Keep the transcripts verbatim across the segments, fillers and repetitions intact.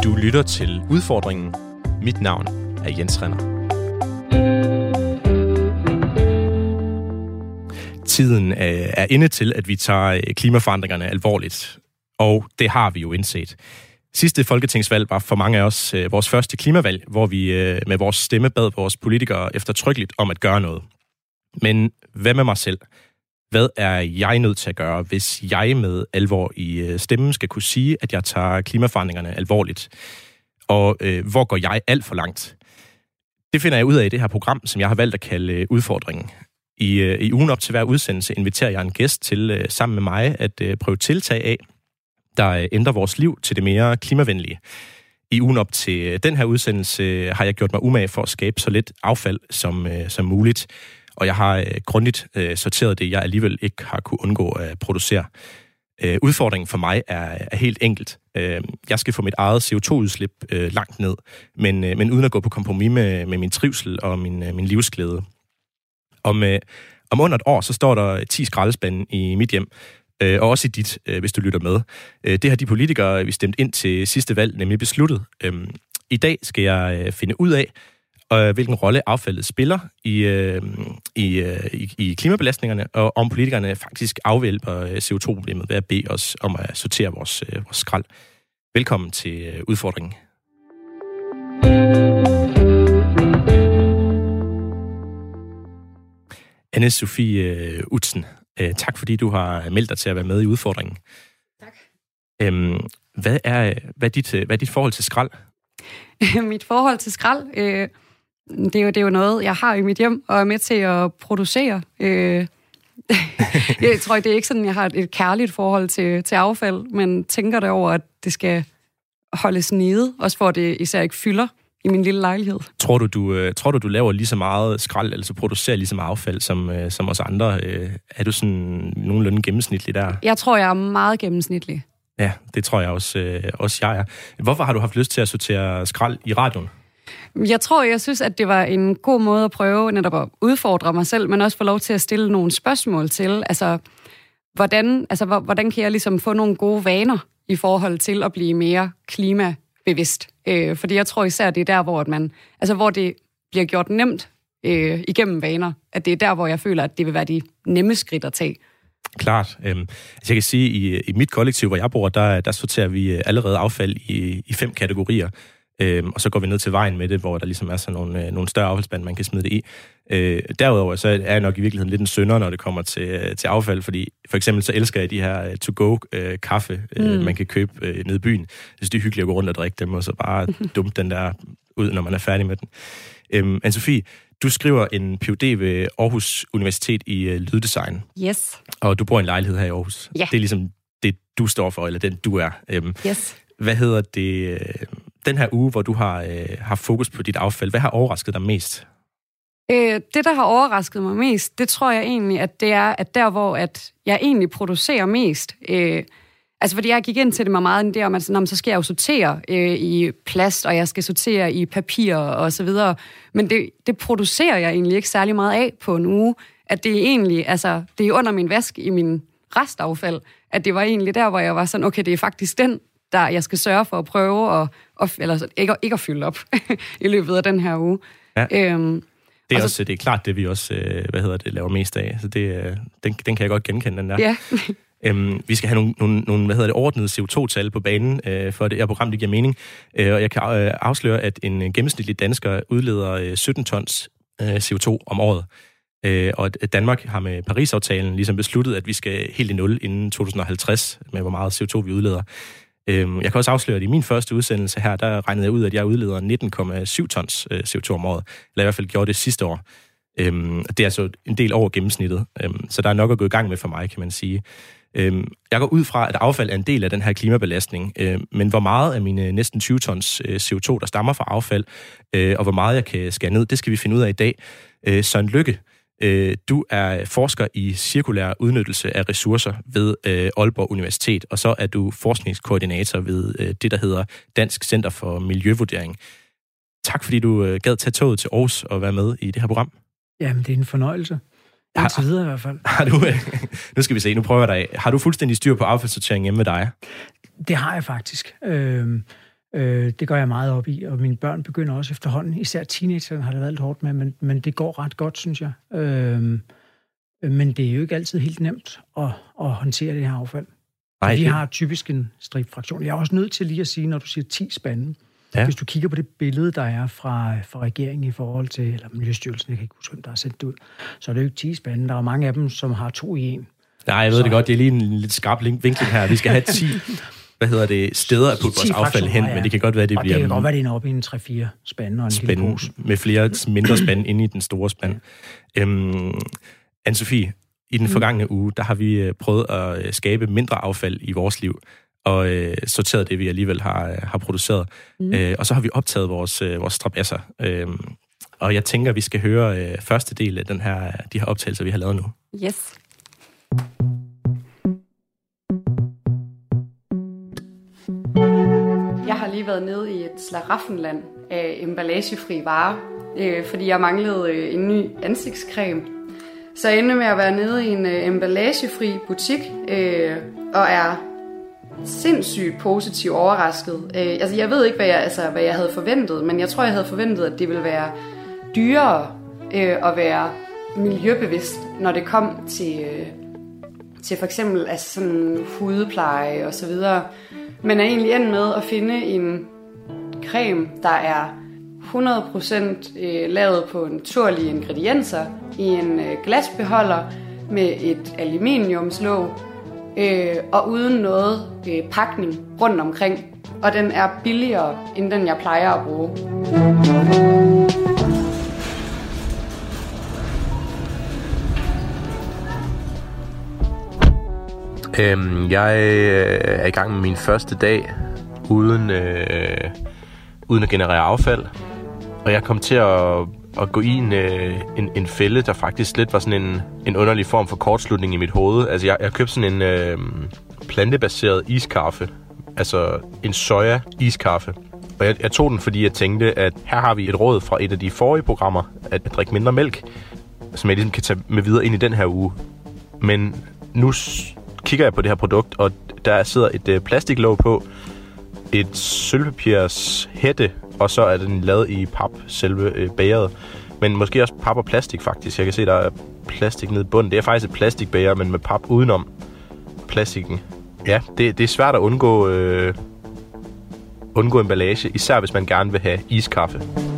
Du lytter til Udfordringen. Mit navn er Jens Renner. Tiden er inde til, at vi tager klimaforandringerne alvorligt, og det har vi jo indset. Sidste folketingsvalg var for mange af os vores første klimavalg, hvor vi med vores stemme bad vores politikere eftertrykkeligt om at gøre noget. Men hvad med mig selv? Hvad er jeg nødt til at gøre, hvis jeg med alvor i stemmen skal kunne sige, at jeg tager klimaforandringerne alvorligt? Og øh, hvor går jeg alt for langt? Det finder jeg ud af i det her program, som jeg har valgt at kalde Udfordringen. I, øh, i ugen op til hver udsendelse inviterer jeg en gæst til øh, sammen med mig at øh, prøve tiltag af, der øh, ændrer vores liv til det mere klimavenlige. I ugen op til øh, den her udsendelse øh, har jeg gjort mig umage for at skabe så lidt affald som, øh, som muligt. Og jeg har øh, grundigt øh, sorteret det, jeg alligevel ikke har kunne undgå at producere. Øh, udfordringen for mig er, er helt enkelt. Øh, jeg skal få mit eget C O to udslip øh, langt ned, men, øh, men uden at gå på kompromis med, med min trivsel og min, øh, min livsglæde. Om, øh, om under et år, så står der ti skraldespande i mit hjem, øh, og også i dit, øh, hvis du lytter med. Øh, det har de politikere, vi stemte ind til sidste valg, nemlig besluttet. Øh, I dag skal jeg øh, finde ud af, og hvilken rolle affaldet spiller i, øh, i, øh, i klimabelastningerne, og om politikerne faktisk afhjælper C O to problemet ved at bede os om at sortere vores, øh, vores skrald. Velkommen til øh, Udfordringen. Anne-Sophie Utzen, øh, tak fordi du har meldt dig til at være med i Udfordringen. Tak. Øhm, hvad, er, hvad, er dit, hvad er dit forhold til skrald? Mit forhold til skrald... Øh Det er, jo, det er jo noget, jeg har i mit hjem, og er med til at producere. Øh, jeg tror ikke, det er ikke sådan, jeg har et kærligt forhold til, til affald, men tænker derover, at det skal holdes nede, også for at det især ikke fylder i min lille lejlighed. Tror du, du, tror du, du laver lige så meget skrald, altså producerer lige så meget affald som, som os andre? Er du sådan nogenlunde gennemsnitlig der? Jeg tror, jeg er meget gennemsnitlig. Ja, det tror jeg også, også jeg er. Hvorfor har du haft lyst til at sortere skrald i radioen? Jeg tror, jeg synes, at det var en god måde at prøve netop at udfordre mig selv, men også få lov til at stille nogle spørgsmål til. Altså, hvordan, altså, hvordan kan jeg ligesom få nogle gode vaner i forhold til at blive mere klimabevidst? Øh, fordi jeg tror især, det er der, hvor, man, altså, hvor det bliver gjort nemt øh, igennem vaner. At det er der, hvor jeg føler, at det vil være de nemme skridt at tage. Klart. Øhm, altså jeg kan sige, i, i mit kollektiv, hvor jeg bor, der, der sorterer vi allerede affald i, i fem kategorier. Øhm, og så går vi ned til vejen med det, hvor der ligesom er sådan nogle, øh, nogle større affaldsspande, man kan smide det i. Øh, derudover så er jeg nok i virkeligheden lidt en synder, når det kommer til, til affald, fordi for eksempel så elsker jeg de her to-go-kaffe, øh, mm. man kan købe øh, nede i byen. Jeg synes, det er hyggeligt at gå rundt og drikke dem, og så bare dumpe den der ud, når man er færdig med den. Øhm, Anne-Sophie, du skriver en P H D ved Aarhus Universitet i øh, lyddesign. Yes. Og du bor i en lejlighed her i Aarhus. Ja. Det er ligesom det, du står for, eller den, du er. Øhm, yes. Hvad hedder det... Den her uge, hvor du har, øh, har fokus på dit affald, hvad har overrasket dig mest? Øh, det, der har overrasket mig mest, det tror jeg egentlig, at det er, at der, hvor at jeg egentlig producerer mest, øh, altså fordi jeg gik ind til det med meget der, om at så skal jeg jo sortere øh, i plast, og jeg skal sortere i papir og så videre, men det, det producerer jeg egentlig ikke særlig meget af på en uge, at det er egentlig, altså det er under min vask i min restaffald, at det var egentlig der, hvor jeg var sådan, okay, det er faktisk den, der jeg skal sørge for at prøve at, at eller ikke, ikke at fylde op i løbet af den her uge. Ja. Øhm, det er så, også det er klart det vi også hvad hedder det laver mest af. Så det den, den kan jeg godt genkende den der. Ja. øhm, vi skal have nogle, nogle, nogle hvad hedder det ordnede C O to tal på banen øh, for det her program, det giver mening. Øh, og jeg kan øh, afsløre at en gennemsnitlig dansker udleder øh, sytten tons øh, C O to om året. Øh, og at Danmark har med Paris-aftalen ligesom besluttet at vi skal helt i nul inden to tusind og halvtreds med hvor meget C O to vi udleder. Jeg kan også afsløre, at i min første udsendelse her, der regnede jeg ud, at jeg udleder nitten komma syv tons C O to om året. Eller i hvert fald gjorde det sidste år. Det er altså en del over gennemsnittet. Så der er nok at gå i gang med for mig, kan man sige. Jeg går ud fra, at affald er en del af den her klimabelastning. Men hvor meget af mine næsten tyve tons C O to, der stammer fra affald, og hvor meget jeg kan skære ned, det skal vi finde ud af i dag. Søren Lykke, du er forsker i cirkulær udnyttelse af ressourcer ved Aalborg Universitet, og så er du forskningskoordinator ved det, der hedder Dansk Center for Miljøvurdering. Tak fordi du gad tage toget til Aarhus og være med i det her program. Jamen, det er en fornøjelse. Indtil videre i hvert fald. Har du, nu skal vi se, nu prøver jeg dig. Har du fuldstændig styr på affaldssortering hjemme med dig? Det har jeg faktisk. Øh, Øh, det gør jeg meget op i, og mine børn begynder også efterhånden. Især teenagerne har det været lidt hårdt med, men, men det går ret godt, synes jeg. Øh, men det er jo ikke altid helt nemt at, at håndtere det her affald. Nej, vi har typisk en stripfraktion. Jeg er også nødt til lige at sige, når du siger ti spande, ja. Hvis du kigger på det billede, der er fra, fra regeringen i forhold til, eller Miljøstyrelsen, jeg kan ikke huske, hvem der har sendt det ud, så er det jo ikke ti spande. Der er mange af dem, som har to i en. Nej, jeg ved så... det godt. Det er lige en lidt skarp vinkling her. Vi skal have ti hvad hedder det, steder at putte vores affald hen, ja. Men det kan godt være, det og bliver... det kan godt være, det er oppe i en tre fire spande og en spande, lille pose. Med flere mindre spande inde i den store spand. Ja. Øhm, Anne-Sophie, i den forgangne uge, der har vi prøvet at skabe mindre affald i vores liv, og øh, sorteret det, vi alligevel har, har produceret. Mm. Øh, og så har vi optaget vores, øh, vores strabasser. Øh, og jeg tænker, vi skal høre øh, første del af den her, de her optagelser, vi har lavet nu. Yes. Jeg har lige været nede i et slaraffenland af emballagefri varer, øh, fordi jeg manglede øh, en ny ansigtscreme. Så jeg endte med at være nede i en øh, emballagefri butik, øh, og er sindssygt positivt overrasket. Øh, altså jeg ved ikke, hvad jeg, altså, hvad jeg havde forventet, men jeg tror, jeg havde forventet, at det ville være dyrere øh, at være miljøbevidst, når det kom til, øh, til for eksempel altså sådan hudpleje og så videre. Men er egentlig endt med at finde en creme, der er hundrede procent øh, lavet på naturlige ingredienser i en øh, glasbeholder med et aluminiumslåg øh, og uden noget øh, pakning rundt omkring. Og den er billigere end den, jeg plejer at bruge. Øhm, jeg er i gang med min første dag uden, øh, uden at generere affald. Og jeg kom til at, at gå i en, en, en fælde, der faktisk lidt var sådan en, en underlig form for kortslutning i mit hoved. Altså jeg, jeg købte sådan en øh, plantebaseret iskaffe. Altså en soja iskaffe. Og jeg, jeg tog den, fordi jeg tænkte, at her har vi et råd fra et af de forrige programmer, at, at drikke mindre mælk, som jeg ligesom kan tage med videre ind i den her uge. Men nu kigger jeg på det her produkt, og der sidder et øh, plastiklåg på, et sølvpapirs hætte, og så er den lavet i pap, selve øh, bægeret. Men måske også pap og plastik, faktisk. Jeg kan se, der er plastik nede i bunden. Det er faktisk et plastikbæger, men med pap udenom plastikken. Ja, det, det er svært at undgå, øh, undgå emballage, især hvis man gerne vil have iskaffe.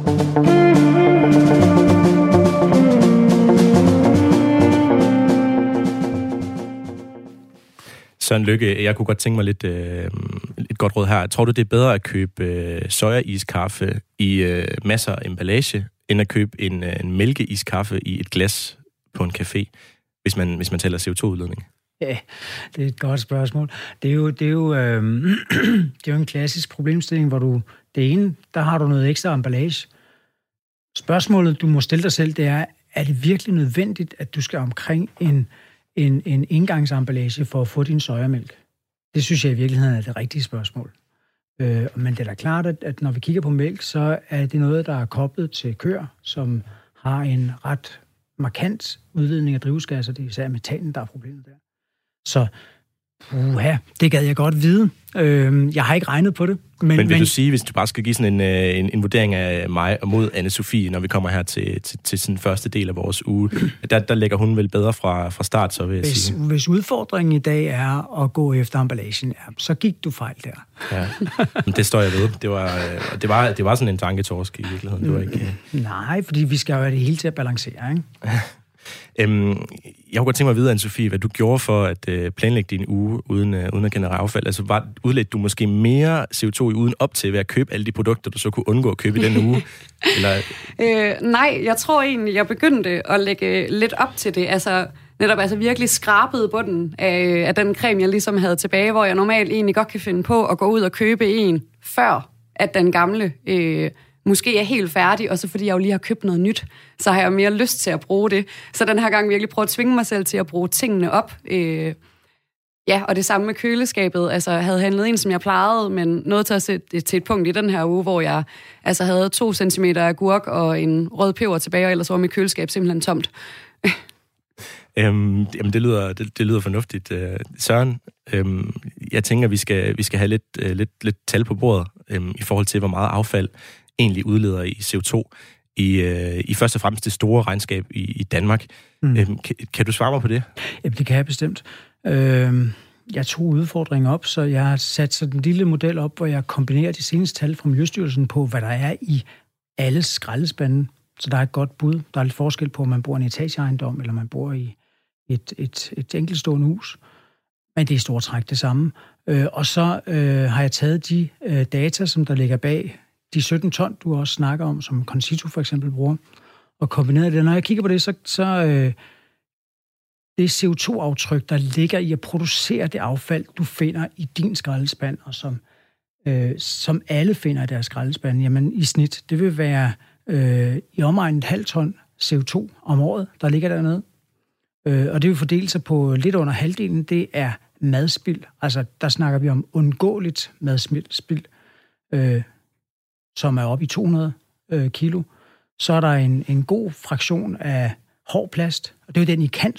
Søren Lykke, jeg kunne godt tænke mig lidt øh, et godt råd her. Tror du, det er bedre at købe øh, soja-iskaffe i øh, masser af emballage, end at købe en, øh, en mælkeiskaffe i et glas på en café, hvis man, hvis man tæller C O to udledning? Ja, det er et godt spørgsmål. Det er jo, det er jo, øh, det er jo en klassisk problemstilling, hvor du det ene, der har du noget ekstra emballage. Spørgsmålet, du må stille dig selv, det er, er det virkelig nødvendigt, at du skal omkring en en, en indgangsemballage for at få din sojamælk? Det synes jeg i virkeligheden er det rigtige spørgsmål. Øh, men det er da klart, at, at når vi kigger på mælk, så er det noget, der er koblet til køer, som har en ret markant udledning af drivhusgasser. Det er især metanen, der er problemet der. Så uha, det gad jeg godt vide. Øh, jeg har ikke regnet på det. Men, men vil men, du sige, hvis du bare skal give sådan en, en, en vurdering af mig og mod Anne-Sophie, når vi kommer her til, til, til sådan første del af vores uge, der, der lægger hun vel bedre fra, fra start, så vil jeg hvis, sige. Hvis udfordringen i dag er at gå efter emballagen, ja, så gik du fejl der. Ja, men det står jeg ved. Det var, det var, det var sådan en tanketorsk i virkeligheden. Det var ikke... Nej, fordi vi skal jo have det hele til at balancere, ikke? Øhm, jeg kunne godt tænke mig at vide, Anne-Sophie, hvad du gjorde for at øh, planlægge din uge uden, øh, uden at generere affald. Altså, var, udledte du måske mere C O to i ugen op til ved at købe alle de produkter, du så kunne undgå at købe i den uge? Eller... øh, nej, jeg tror egentlig, jeg begyndte at lægge lidt op til det. Altså, netop altså virkelig skrabede bunden af, af den creme, jeg ligesom havde tilbage, hvor jeg normalt egentlig godt kan finde på at gå ud og købe en, før at den gamle... Øh, måske er helt færdig, og så fordi jeg jo lige har købt noget nyt, så har jeg mere lyst til at bruge det. Så den her gang virkelig prøve at tvinge mig selv til at bruge tingene op. Øh, ja, og det samme med køleskabet. Altså, jeg havde handlet ind, som jeg plejede, men nåede til at sætte til et punkt i den her uge, hvor jeg altså havde to centimeter agurk og en rød peber tilbage, og ellers var mit køleskab simpelthen tomt. Øhm, jamen, det lyder, det, det lyder fornuftigt. Øh, Søren, øhm, jeg tænker, vi skal, vi skal have lidt, øh, lidt, lidt tal på bordet. øhm, i forhold til, hvor meget affald egentlig udleder i C O to i, øh, i først og fremmest det store regnskab i, i Danmark. Mm. Øhm, kan, kan du svare mig på det? Jamen, det kan jeg bestemt. Øhm, jeg tog udfordringen op, så jeg har sat sådan en lille model op, hvor jeg kombinerer de seneste tal fra Miljøstyrelsen på, hvad der er i alle skraldespande. Så der er et godt bud. Der er lidt forskel på, om man bor i en etageejendom, eller man bor i et, et, et enkeltstående hus. Men det er i stort træk det samme. Øh, og så øh, har jeg taget de øh, data, som der ligger bag de sytten ton, du også snakker om, som Concito for eksempel bruger, og kombineret det. Når jeg kigger på det, så, så øh, det C O to aftryk, der ligger i at producere det affald, du finder i din skraldespand, og som, øh, som alle finder i deres skraldespand, jamen i snit, det vil være øh, i omegnen et halvt ton C O to om året, der ligger dernede. Øh, og det vil fordele sig på lidt under halvdelen, det er madspild. Altså, der snakker vi om undgåeligt madspild, øh, som er oppe i to hundrede øh, kilo. Så er der en, en god fraktion af hård plast, og det er jo den, I kan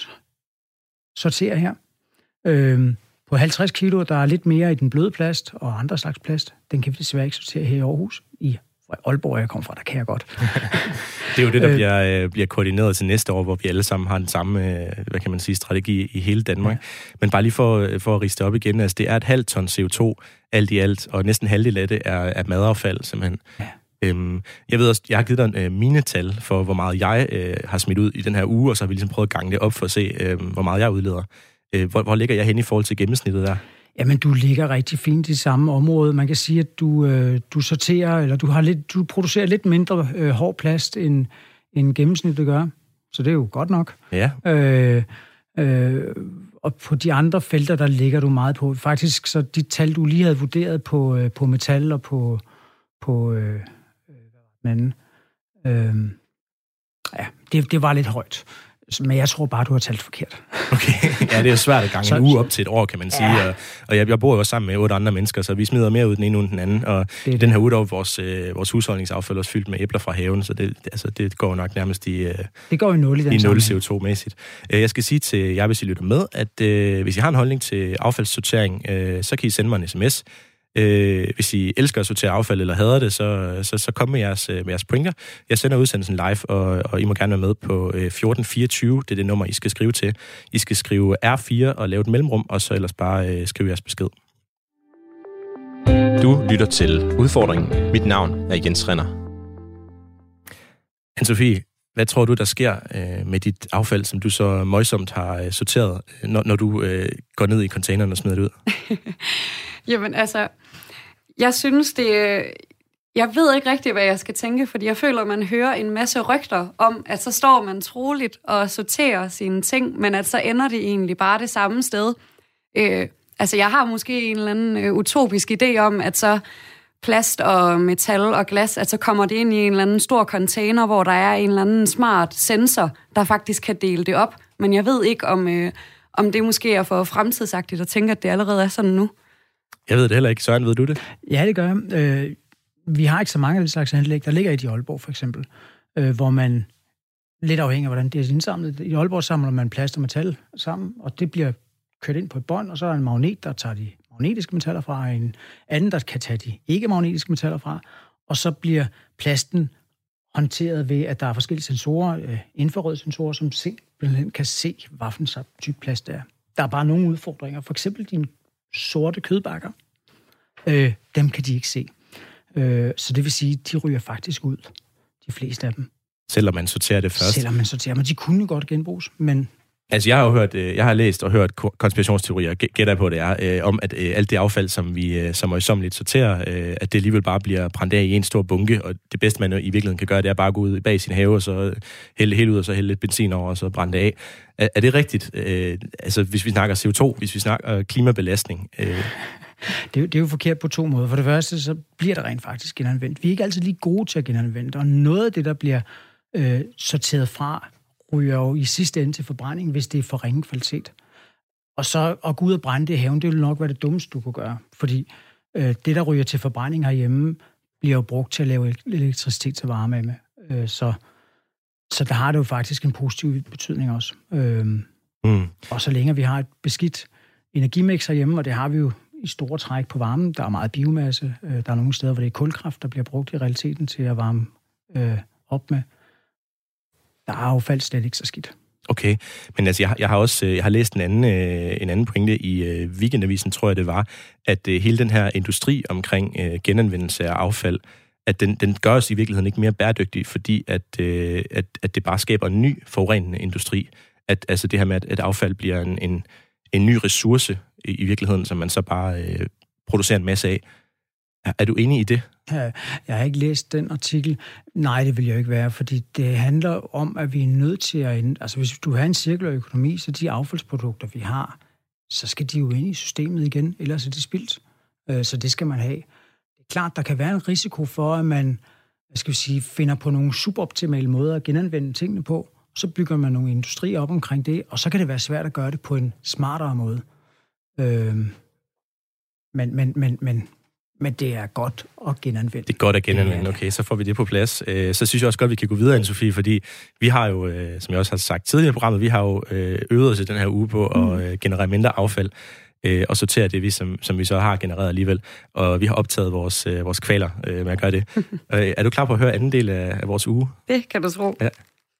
sortere her. Øh, på halvtreds kilo, der er lidt mere i den bløde plast og andre slags plast. Den kan vi desværre ikke sortere her i Aarhus. I Aalborg, jeg kommer fra, der kan jeg godt. Det er jo det, der bliver, bliver koordineret til næste år, hvor vi alle sammen har den samme, hvad kan man sige, strategi i hele Danmark. Ja. Men bare lige for, for at riste op igen, altså det er et halvt ton C O to alt i alt, og næsten halvdelen af det er, er madaffald, simpelthen. Ja. Øhm, jeg ved også, jeg har givet dig en, øh, mine tal for, hvor meget jeg øh, har smidt ud i den her uge, og så har vi ligesom prøvet at gange det op for at se, øh, hvor meget jeg udleder. Øh, hvor, hvor ligger jeg hen i forhold til gennemsnittet der? Jamen, du ligger rigtig fint i samme område. Man kan sige, at du, øh, du sorterer, eller du, har lidt, du producerer lidt mindre øh, hård plast, end, end gennemsnittet gør. Så det er jo godt nok. Ja. Øh, øh, og på de andre felter, der ligger du meget på. Faktisk, så de tal, du lige havde vurderet på, øh, på metal og på, på øh, den anden, øh, ja, det, det var lidt højt. Men jeg tror bare, du har talt forkert. Okay, ja, det er svært at gange en uge op til et år, kan man sige. Ja. Og, og jeg, jeg bor jo også sammen med otte andre mennesker, så vi smider mere ud den ene uden den anden. Og det den her uge, der var vores, øh, vores husholdningsaffald også fyldt med æbler fra haven, så det, altså, det går nok nærmest i, øh, det går i nul, i den i nul C O to-mæssigt. Jeg skal sige til jer, hvis I lytter med, at øh, hvis I har en holdning til affaldssortering, øh, så kan I sende mig en sms. Øh, hvis I elsker at sortere affald eller hader det, så, så, så kom med jeres, med jeres pointer. Jeg sender udsendelsen live, og, og I må gerne være med på øh, fjorten fireogtyve. Det er det nummer, I skal skrive til. I skal skrive R fire og lave et mellemrum, og så ellers bare øh, skrive jeres besked. Du lytter til Udfordringen. Mit navn er Jens Renner. Anne-Sophie, hvad tror du, der sker øh, med dit affald, som du så møjsomt har øh, sorteret, når, når du øh, går ned i containeren og smider det ud? Jamen altså, jeg synes det... Jeg ved ikke rigtig, hvad jeg skal tænke, fordi jeg føler, at man hører en masse rygter om, at så står man troligt og sorterer sine ting, men at så ender det egentlig bare det samme sted. Øh, altså, jeg har måske en eller anden øh, utopisk idé om, at så plast og metal og glas, at så kommer det ind i en eller anden stor container, hvor der er en eller anden smart sensor, der faktisk kan dele det op. Men jeg ved ikke, om, øh, om det måske er for fremtidsagtigt at tænke, at det allerede er sådan nu. Jeg ved det heller ikke. Søren, ved du det? Ja, det gør jeg. Øh, vi har ikke så mange af de slags anlæg. Der ligger i de Aalborg, for eksempel, øh, hvor man, lidt afhængig af, hvordan det er indsamlet, i Aalborg samler man plast og metal sammen, og det bliver kørt ind på et bånd, og så er der en magnet, der tager de magnetiske metaller fra, og en anden, der kan tage de ikke-magnetiske metaller fra, og så bliver plasten håndteret ved, at der er forskellige sensorer, øh, infrarødsensorer, som simpelthen kan se, hvad for en type plast det er. Der er bare nogle udfordringer. For eksempel dine sorte kødbakker, øh, dem kan de ikke se. Øh, så det vil sige, de ryger faktisk ud, de fleste af dem. Selvom man sorterer det først? Selvom man sorterer, men de kunne jo godt genbruges, men... Altså, jeg har jo hørt, jeg har læst og hørt konspirationsteorier, gætter på det er, øh, om at øh, alt det affald, som vi øh, som møjsommeligt sorterer, øh, at det alligevel bare bliver brændt af i en stor bunke, og det bedste, man i virkeligheden kan gøre, det er bare at gå ud bag sin have, og så hælde helt ud, og så hælde lidt benzin over, og så brænde det af. Er, er det rigtigt? Øh, altså, hvis vi snakker C O to, hvis vi snakker klimabelastning... Øh... Det, er, det er jo forkert på to måder. For det første, så bliver det rent faktisk genanvendt. Vi er ikke altid lige gode til at genanvende, og noget af det, der bliver øh, sorteret fra, ryger jo i sidste ende til forbrænding, hvis det er for ringe kvalitet. Og så at gå ud og brænde det i haven, det vil nok være det dummeste, du kunne gøre. Fordi øh, det, der ryger til forbrænding herhjemme, bliver jo brugt til at lave elektricitet til varme med. Øh, så, så der har det jo faktisk en positiv betydning også. Øh, mm. Og så længe vi har et beskidt energimix herhjemme, og det har vi jo i store træk på varmen. Der er meget biomasse. Øh, der er nogle steder, hvor det er kulkraft, der bliver brugt i realiteten til at varme øh, op med. Der er affald slet ikke så skidt. Okay, men altså, jeg, jeg har også jeg har læst en anden, øh, en anden pointe i øh, Weekendavisen, tror jeg det var, at øh, hele den her industri omkring øh, genanvendelse af affald, at den, den gør os i virkeligheden ikke mere bæredygtig, fordi at, øh, at, at det bare skaber en ny forurenende industri. At, altså det her med, at, at affald bliver en, en, en ny ressource i, i virkeligheden, som man så bare øh, producerer en masse af. Er, er du enig i det? Jeg har ikke læst den artikel. Nej, det vil jeg ikke være, fordi det handler om, at vi er nødt til at... Altså, hvis du har en cirkulær økonomi, så de affaldsprodukter, vi har, så skal de jo ind i systemet igen, ellers er de spildt. Så det skal man have. Det er klart, der kan være en risiko for, at man hvad skal vi sige, finder på nogle suboptimale måder at genanvende tingene på. Så bygger man nogle industrier op omkring det, og så kan det være svært at gøre det på en smartere måde. Øhm, men, men, men, men, men det er godt at genanvende. Det er godt at genanvende. Okay, så får vi det på plads. Så synes jeg også godt, at vi kan gå videre, Anne-Sophie, fordi vi har jo, som jeg også har sagt tidligere i programmet, vi har jo øvet os i den her uge på at generere mindre affald og sortere det, vi, som, som vi så har genereret alligevel. Og vi har optaget vores, vores kvaler med at gøre det. Er du klar på at høre anden del af, af vores uge? Det kan du tro. Ja.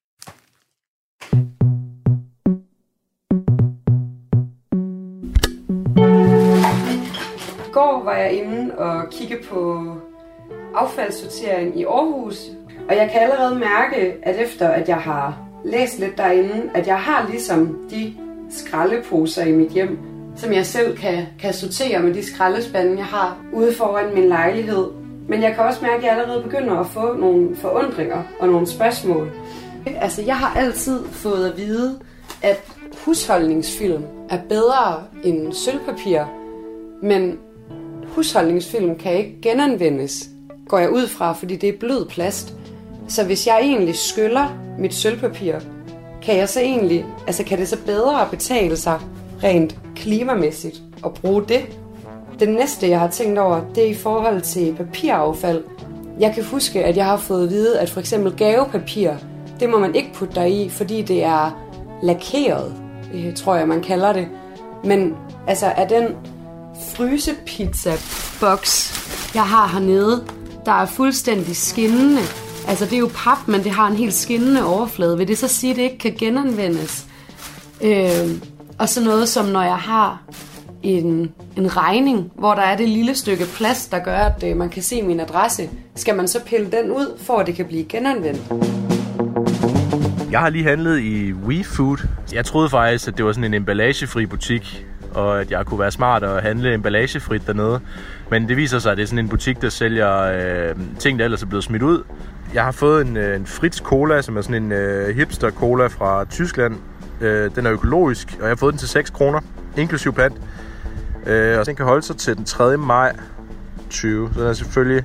I går var jeg inde og kigge på affaldssortering i Aarhus, og jeg kan allerede mærke, at efter at jeg har læst lidt derinde, at jeg har ligesom de skraldeposer i mit hjem, som jeg selv kan, kan sortere med de skraldespande, jeg har ude foran min lejlighed. Men jeg kan også mærke, at jeg allerede begynder at få nogle forundringer og nogle spørgsmål. Altså, jeg har altid fået at vide, at husholdningsfilm er bedre end sølvpapir, men husholdningsfilm kan ikke genanvendes, går jeg ud fra, fordi det er blød plast. Så hvis jeg egentlig skyller mit sølvpapir, kan jeg så egentlig, altså kan det så bedre betale sig rent klimamæssigt at bruge det? Det næste, jeg har tænkt over, det er i forhold til papiraffald. Jeg kan huske, at jeg har fået at vide, at for eksempel gavepapir, det må man ikke putte deri, fordi det er lakeret, tror jeg, man kalder det. Men altså, er den frysepizza-boks, jeg har hernede, der er fuldstændig skinnende. Altså, det er jo pap, men det har en helt skinnende overflade. Vil det så sige, at det ikke kan genanvendes? Øh, og så noget som, når jeg har en, en regning, hvor der er det lille stykke plast, der gør, at øh, man kan se min adresse. Skal man så pille den ud, for at det kan blive genanvendt? Jeg har lige handlet i WeFood. Jeg troede faktisk, at det var sådan en emballagefri butik, og at jeg kunne være smart at handle emballagefrit dernede. Men det viser sig, at det er sådan en butik, der sælger øh, ting, der ellers er blevet smidt ud. Jeg har fået en, en Fritz Cola, som er sådan en øh, hipster cola fra Tyskland. Øh, den er økologisk, og jeg har fået den til seks kroner, inklusiv pant. Øh, og den kan holde sig til den tredje maj tyve, så den er selvfølgelig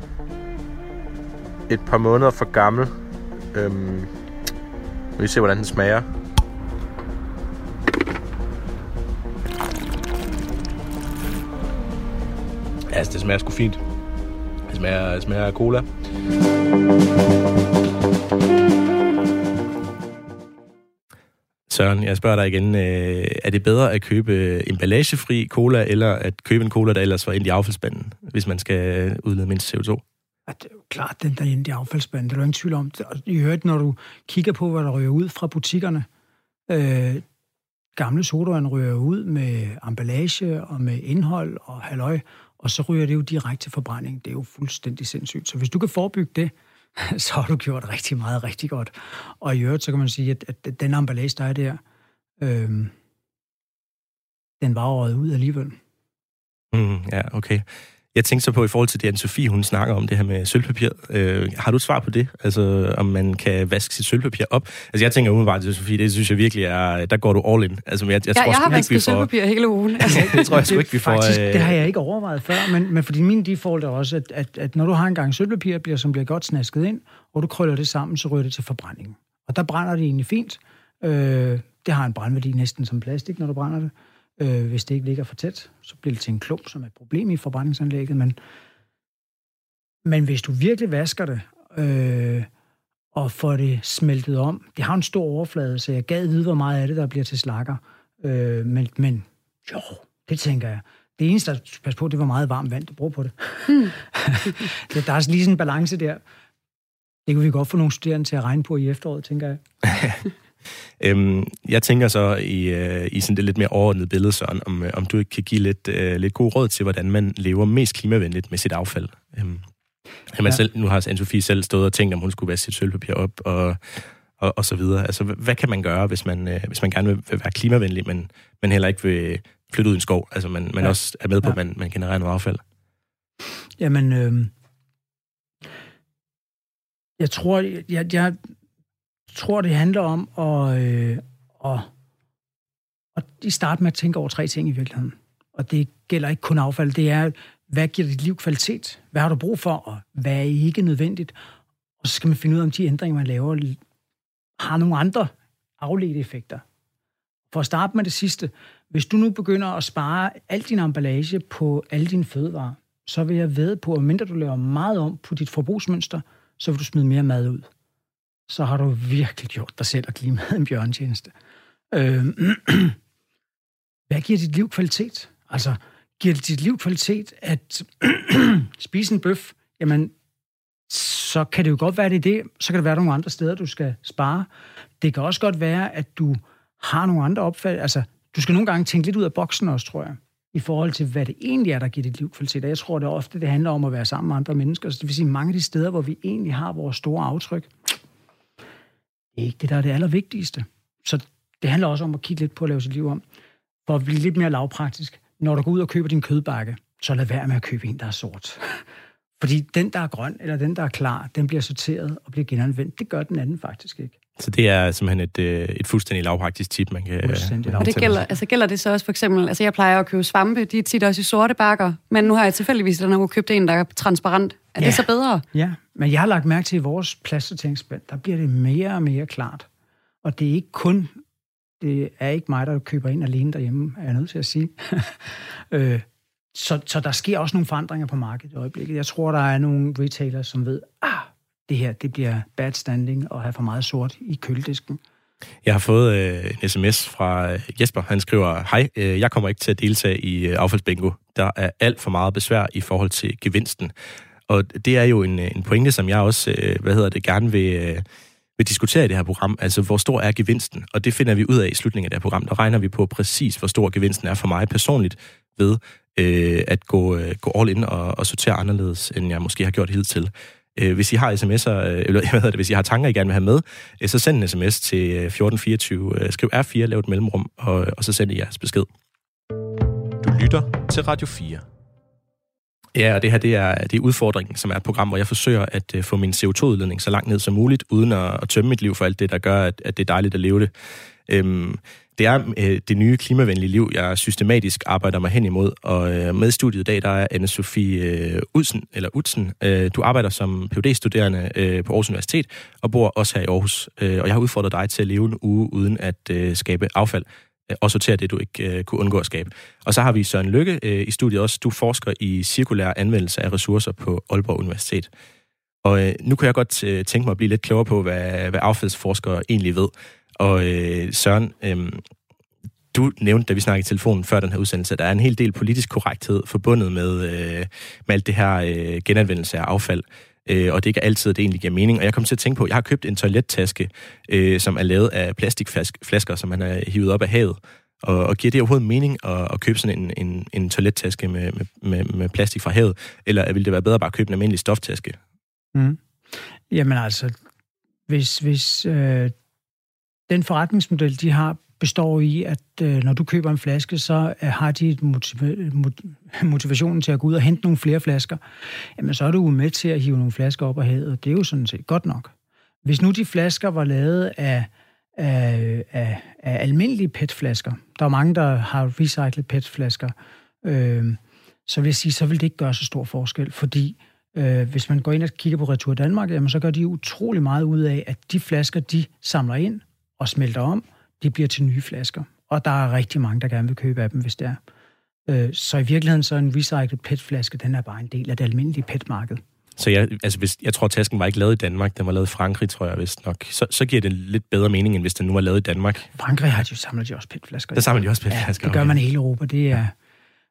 et par måneder for gammel. Øhm, vi ser, hvordan den smager. Altså, det smager sgu fint. Det smager, det smager af cola. Søren, jeg spørger dig igen. Er det bedre at købe emballagefri cola, eller at købe en cola, der ellers var ind i affaldsspanden, hvis man skal udlede mindst C O to? Ja, det er jo klart, den der inde i affaldsspanden. Det er jo ingen tvivl om. I hørt, når du kigger på, hvad der ryger ud fra butikkerne. Øh, gamle sodavand ryger ud med emballage og med indhold og halløj, og så ryger det jo direkte til forbrænding. Det er jo fuldstændig sindssygt. Så hvis du kan forebygge det, så har du gjort rigtig meget, rigtig godt. Og i øvrigt, så kan man sige, at, at den emballage, der er der, øh, den var røget ud alligevel. Mm, ja, okay. Jeg tænkte så på, i forhold til det, Anne-Sophie, hun snakker om det her med sølvpapir. Øh, har du et svar på det? Altså, om man kan vaske sit sølvpapir op? Altså, jeg tænker umiddelbart, Anne-Sophie, det synes jeg virkelig er, der går du all in. Altså, jeg, jeg, ja, tror, jeg har vasket får... sølvpapir hele ugen. Altså. det tror jeg sgu ikke, vi får... Faktisk, det har jeg ikke overvejet før, men, men fordi min default er også, at, at, at når du har en gang sølvpapir, bliver, som bliver godt snasket ind, og du krøller det sammen, så ryger det til forbrænding. Og der brænder det egentlig fint. Øh, det har en brændværdi næsten som plastik, når du brænder det. Øh, hvis det ikke ligger for tæt, så bliver det til en klump, som er et problem i forbrændingsanlægget, men Men hvis du virkelig vasker det, øh, og får det smeltet om, det har en stor overflade, så jeg gad vide, hvor meget af det, der bliver til slakker. Øh, men, men jo, det tænker jeg. Det eneste, der pas på, det var meget varmt vand, du bruger på det. Mm. Så der er lige sådan en balance der. Det kunne vi godt få nogle studerende til at regne på i efteråret, tænker jeg. øhm, jeg tænker så i, øh, i sådan det lidt mere overordnet billede, Søren, om, om du ikke kan give lidt, øh, lidt god råd til, hvordan man lever mest klimavenligt med sit affald. Øhm, ja. selv, nu har Anne-Sophie selv stået og tænkt, om hun skulle vaske sit sølvpapir op, og, og, og så videre. Altså, hvad kan man gøre, hvis man, øh, hvis man gerne vil være klimavenlig, men, men heller ikke vil flytte ud i en skov? Altså, man, man ja. også er med på, ja. at man, man genererer noget affald. Jamen, øh, jeg tror, jeg, jeg tror, det handler om at, øh, at, at starte med at tænke over tre ting i virkeligheden. Og det gælder ikke kun affald. Det er, hvad giver dit liv kvalitet? Hvad har du brug for? Og hvad er ikke nødvendigt? Og så skal man finde ud af, om de ændringer, man laver, har nogle andre afledte effekter. For at starte med det sidste. Hvis du nu begynder at spare al din emballage på alle dine fødevarer, så vil jeg vædde på, at mindre du laver meget om på dit forbrugsmønster, så vil du smide mere mad ud. Så har du virkelig gjort dig selv og klimaet en bjørnetjeneste. Øh, hvad giver dit liv kvalitet? Altså, giver det dit liv kvalitet at spise en bøf? Jamen, så kan det jo godt være, det er det. Så kan det være nogle andre steder, du skal spare. Det kan også godt være, at du har nogle andre opfattelse. Altså, du skal nogle gange tænke lidt ud af boksen også, tror jeg, i forhold til, hvad det egentlig er, der giver dit liv kvalitet. Og jeg tror, det er ofte, det handler om at være sammen med andre mennesker. Så det vil sige, mange af de steder, hvor vi egentlig har vores store aftryk, det er ikke det, der er det allervigtigste. Så det handler også om at kigge lidt på at lave sit liv om. For at blive lidt mere lavpraktisk. Når du går ud og køber din kødbakke, så lad være med at købe en, der er sort. Fordi den, der er grøn, eller den, der er klar, den bliver sorteret og bliver genanvendt. Det gør den anden faktisk ikke. Så det er simpelthen et, et fuldstændig lavpraktisk tip, man kan... Og det gælder, altså gælder det så også for eksempel... Altså jeg plejer at købe svampe, de er tit også i sorte bakker, men nu har jeg tilfældigvis den her købt en, der er transparent. Er ja. det så bedre? Ja, men jeg har lagt mærke til, at i vores plastsorteringsspand, der bliver det mere og mere klart. Og det er ikke kun... Det er ikke mig, der køber ind alene derhjemme, er jeg nødt til at sige. øh, så, så der sker også nogle forandringer på markedet i øjeblikket. Jeg tror, der er nogle retailers, som ved, ah, det her, det bliver bad standing og have for meget sort i køledisken. Jeg har fået øh, en sms fra Jesper. Han skriver, hej, øh, jeg kommer ikke til at deltage i øh, affaldsbingo. Der er alt for meget besvær i forhold til gevinsten. Og det er jo en, en pointe, som jeg også, øh, hvad hedder det, gerne vil... Øh, vil diskutere i det her program, altså hvor stor er gevinsten, og det finder vi ud af i slutningen af det her program. Der regner vi på præcis, hvor stor gevinsten er for mig personligt ved øh, at gå, øh, gå all in og, og sortere anderledes, end jeg måske har gjort hidtil. Øh, hvis I har sms'er, øh, eller hvad hedder det, hvis I har tanker, I gerne vil have med, øh, så send en sms til fjorten fireogtyve, øh, skriv R fire, lav et mellemrum, og, og så send I jeres besked. Du lytter til Radio fire. Ja, og det her, det er, det er udfordringen, som er et program, hvor jeg forsøger at uh, få min C O to udledning så langt ned som muligt, uden at, at tømme mit liv for alt det, der gør, at, at det er dejligt at leve det. Øhm, det er uh, det nye klimavenlige liv, jeg systematisk arbejder mig hen imod, og uh, med i studiet i dag, der er Anne-Sophie uh, Udsen, eller Udsen. Uh, du arbejder som P H D-studerende uh, på Aarhus Universitet, og bor også her i Aarhus. Uh, og jeg har udfordret dig til at leve en uge uden at uh, skabe affald, og sortere det, du ikke øh, kunne undgå at skabe. Og så har vi Søren Lykke øh, i studiet også. Du forsker i cirkulær anvendelse af ressourcer på Aalborg Universitet. Og øh, nu kan jeg godt øh, tænke mig at blive lidt klogere på, hvad, hvad affaldsforskere egentlig ved. Og øh, Søren, øh, du nævnte, da vi snakkede i telefonen før den her udsendelse, at der er en hel del politisk korrekthed forbundet med, øh, med alt det her øh, genanvendelse af affald. Øh, og det ikke er altid, at det egentlig giver mening. Og jeg kom til at tænke på, at jeg har købt en toilettaske, øh, som er lavet af plastikflasker, som man har hivet op af havet. Og, og giver det overhovedet mening at, at købe sådan en, en, en toilettaske med, med, med plastik fra havet? Eller vil det være bedre bare at købe en almindelig stoftaske? Mm. Jamen altså, hvis, hvis øh, den forretningsmodel, de har, består i, at øh, når du køber en flaske, så øh, har de et motiv- motivationen til at gå ud og hente nogle flere flasker. Jamen, så er du med til at hive nogle flasker op af havet. Det er jo sådan set godt nok. Hvis nu de flasker var lavet af, af, af, af almindelige P E T-flasker, der er mange, der har recyclet P E T-flasker, øh, så vil jeg sige, så vil det ikke gøre så stor forskel, fordi øh, hvis man går ind og kigger på Retur Danmark, jamen, så gør de utrolig meget ud af, at de flasker, de samler ind og smelter om, de bliver til nye flasker. Og der er rigtig mange, der gerne vil købe af dem, hvis det er. Så i virkeligheden så en recyclet P E T-flaske, den er bare en del af det almindelige P E T-marked. Så jeg, altså hvis, jeg tror, tasken var ikke lavet i Danmark, den var lavet i Frankrig, tror jeg vist nok. Så, så giver det lidt bedre mening, end hvis den nu var lavet i Danmark. Frankrig har de jo samlet de også P E T-flasker. Der samler de også P E T-flasker. Ja, det gør man i hele Europa. Det er,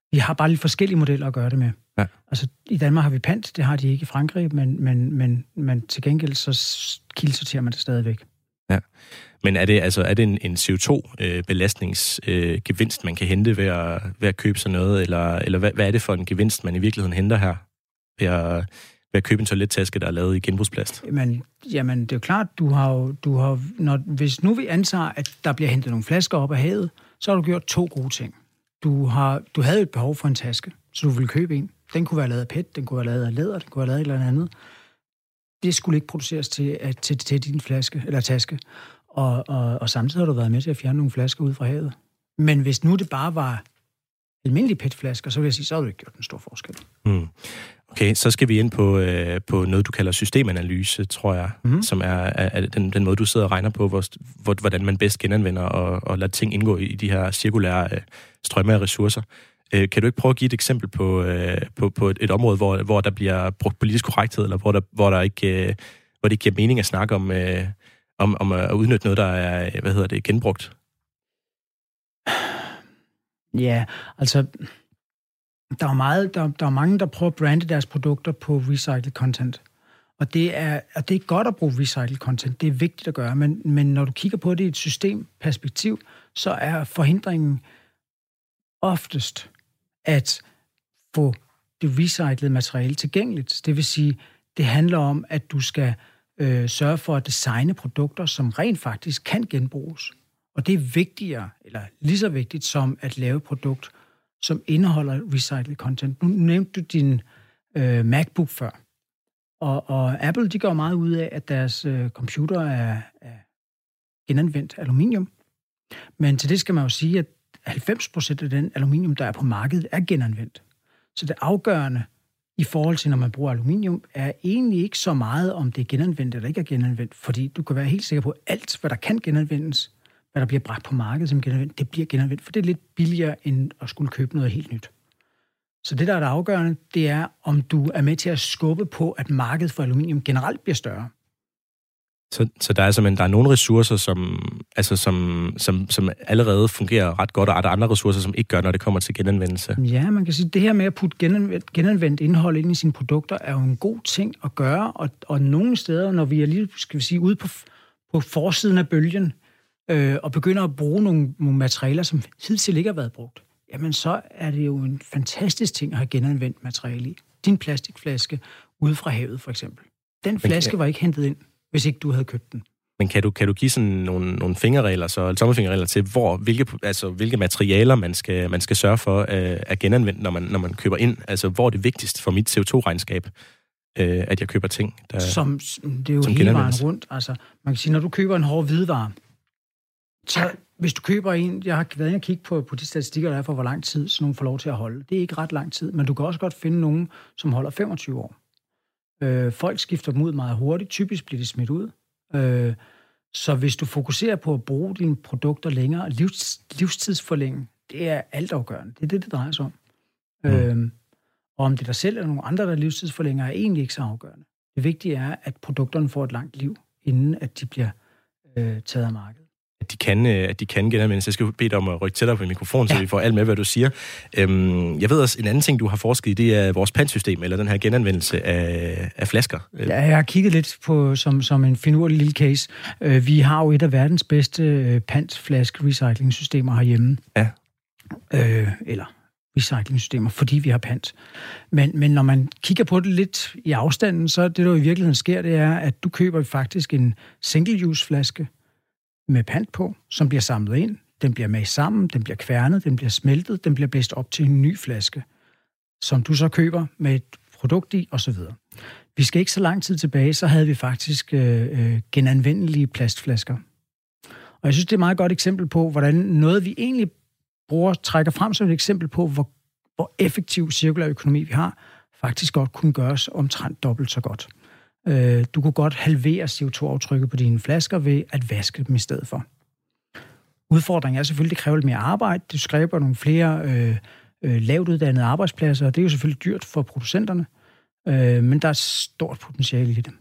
Vi har bare lidt forskellige modeller at gøre det med. Ja. Altså, i Danmark har vi pant, det har de ikke i Frankrig, men, men, men, men til gengæld så kildesorterer man det stadigvæk. Ja. Men er det, altså, er det en, en C O to-belastningsgevinst, øh, man kan hente ved at, ved at købe sådan noget, eller, eller hvad, hvad er det for en gevinst, man i virkeligheden henter her ved at, ved at købe en toilettaske, der er lavet i genbrugsplast? Men, jamen, det er jo klart, du har jo, du har, når, hvis nu vi antager, at der bliver hentet nogle flasker op af havet, så har du gjort to gode ting. Du, har, du havde et behov for en taske, så du ville købe en. Den kunne være lavet af P E T, den kunne være lavet af læder, den kunne være lavet af et eller andet. Det skulle ikke produceres til, at, til, til din flaske eller taske. Og, og, og samtidig har du været med til at fjerne nogle flasker ud fra havet. Men hvis nu det bare var almindelige P E T-flasker, så vil jeg sige, så har du ikke gjort en stor forskel. Hmm. Okay, så skal vi ind på, øh, på noget, du kalder systemanalyse, tror jeg, mm-hmm. som er, er den, den måde, du sidder og regner på, hvor, hvor, hvordan man bedst genanvender og, og lader ting indgå i de her cirkulære øh, strømme af ressourcer. Øh, kan du ikke prøve at give et eksempel på, øh, på, på et, et område, hvor, hvor der bliver brugt politisk korrekthed, eller hvor, der, hvor, der ikke, øh, hvor det ikke giver mening at snakke om, øh, om, om at udnytte noget, der er, hvad hedder det, genbrugt? Ja, altså... Der er, meget, der, der er mange, der prøver at brande deres produkter på recycled content. Og det er, og det er godt at bruge recycled content. Det er vigtigt at gøre. Men, men når du kigger på det i et systemperspektiv, så er forhindringen oftest at få det recyclede materiale tilgængeligt. Det vil sige, det handler om, at du skal øh, sørge for at designe produkter, som rent faktisk kan genbruges. Og det er vigtigere, eller lige så vigtigt, som at lave et produkt, som indeholder recycled content. Nu nævnte du din øh, MacBook før. Og, og Apple, de går meget ud af, at deres øh, computer er, er genanvendt aluminium. Men til det skal man jo sige, at halvfems procent af den aluminium, der er på markedet, er genanvendt. Så det afgørende i forhold til, når man bruger aluminium, er egentlig ikke så meget, om det er genanvendt eller ikke er genanvendt. Fordi du kan være helt sikker på, at alt, hvad der kan genanvendes, hvad der bliver bragt på markedet som genanvendt, det bliver genanvendt, for det er lidt billigere, end at skulle købe noget helt nyt. Så det, der er det afgørende, det er, om du er med til at skubbe på, at markedet for aluminium generelt bliver større. Så, så der er simpelthen der er nogle ressourcer, som, altså som, som, som allerede fungerer ret godt, og er der andre ressourcer, som ikke gør, når det kommer til genanvendelse? Ja, man kan sige, at det her med at putte genanvendt, genanvendt indhold ind i sine produkter, er jo en god ting at gøre, og, og nogle steder, når vi er lige, skal vi sige, ude på, på forsiden af bølgen, øh, og begynder at bruge nogle, nogle materialer, som hidtil ikke har været brugt, jamen så er det jo en fantastisk ting at have genanvendt materiale i. Din plastikflaske ude fra havet, for eksempel. Den flaske var ikke hentet ind, hvis ikke du havde købt den. Men kan du, kan du give sådan nogle, nogle fingerregler, så tommelfingerregler til, hvor, hvilke, altså, hvilke materialer man skal, man skal sørge for øh, at genanvende, når man, når man køber ind? Altså, hvor er det vigtigst for mit C O to regnskab, øh, at jeg køber ting, der som, det er jo hele vejen rundt. Altså, man kan sige, når du køber en hård hvidevare, så hvis du køber en, jeg har været inde og kigge på, på de statistikker, der er for, hvor lang tid sådan nogle får lov til at holde. Det er ikke ret lang tid, men du kan også godt finde nogen, som holder femogtyve år. Øh, folk skifter dem ud meget hurtigt. Typisk bliver de smidt ud. Øh, så hvis du fokuserer på at bruge dine produkter længere, livs, livstidsforlænge, det er altafgørende. Det er det, det drejer sig om. Mm. Øh, og om det der selv eller nogle andre, der livstidsforlænger, er egentlig ikke så afgørende. Det vigtige er, at produkterne får et langt liv, inden at de bliver øh, taget af markedet. At de kan, at de kan genanvendes. Jeg skal bede dig om at rykke tættere på mikrofonen, så ja. Vi får alt med, hvad du siger. Øhm, jeg ved også, en anden ting, du har forsket i, det er vores pantsystem, eller den her genanvendelse af, af flasker. Ja, jeg har kigget lidt på, som, som en finurlig lille case. Vi har jo et af verdens bedste pantflaske-recycling-systemer herhjemme. Ja. Øh, eller recycling-systemer, fordi vi har pant. Men, men når man kigger på det lidt i afstanden, så det, der i virkeligheden sker, det er, at du køber faktisk en single-use-flaske, med pant på, som bliver samlet ind, den bliver med sammen, den bliver kværnet, den bliver smeltet, den bliver blæst op til en ny flaske, som du så køber med et produkt i, osv. Vi skal ikke så lang tid tilbage, så havde vi faktisk øh, genanvendelige plastflasker. Og jeg synes, det er et meget godt eksempel på, hvordan noget, vi egentlig bruger, trækker frem som et eksempel på, hvor, hvor effektiv cirkulær økonomi vi har, faktisk godt kunne gøres omtrent dobbelt så godt. Du kunne godt halvere C O to aftrykket på dine flasker ved at vaske dem i stedet for. Udfordringen er selvfølgelig, at det kræver lidt mere arbejde. Det skaber nogle flere øh, øh, lavt uddannede arbejdspladser, og det er jo selvfølgelig dyrt for producenterne, øh, men der er et stort potentiale i det.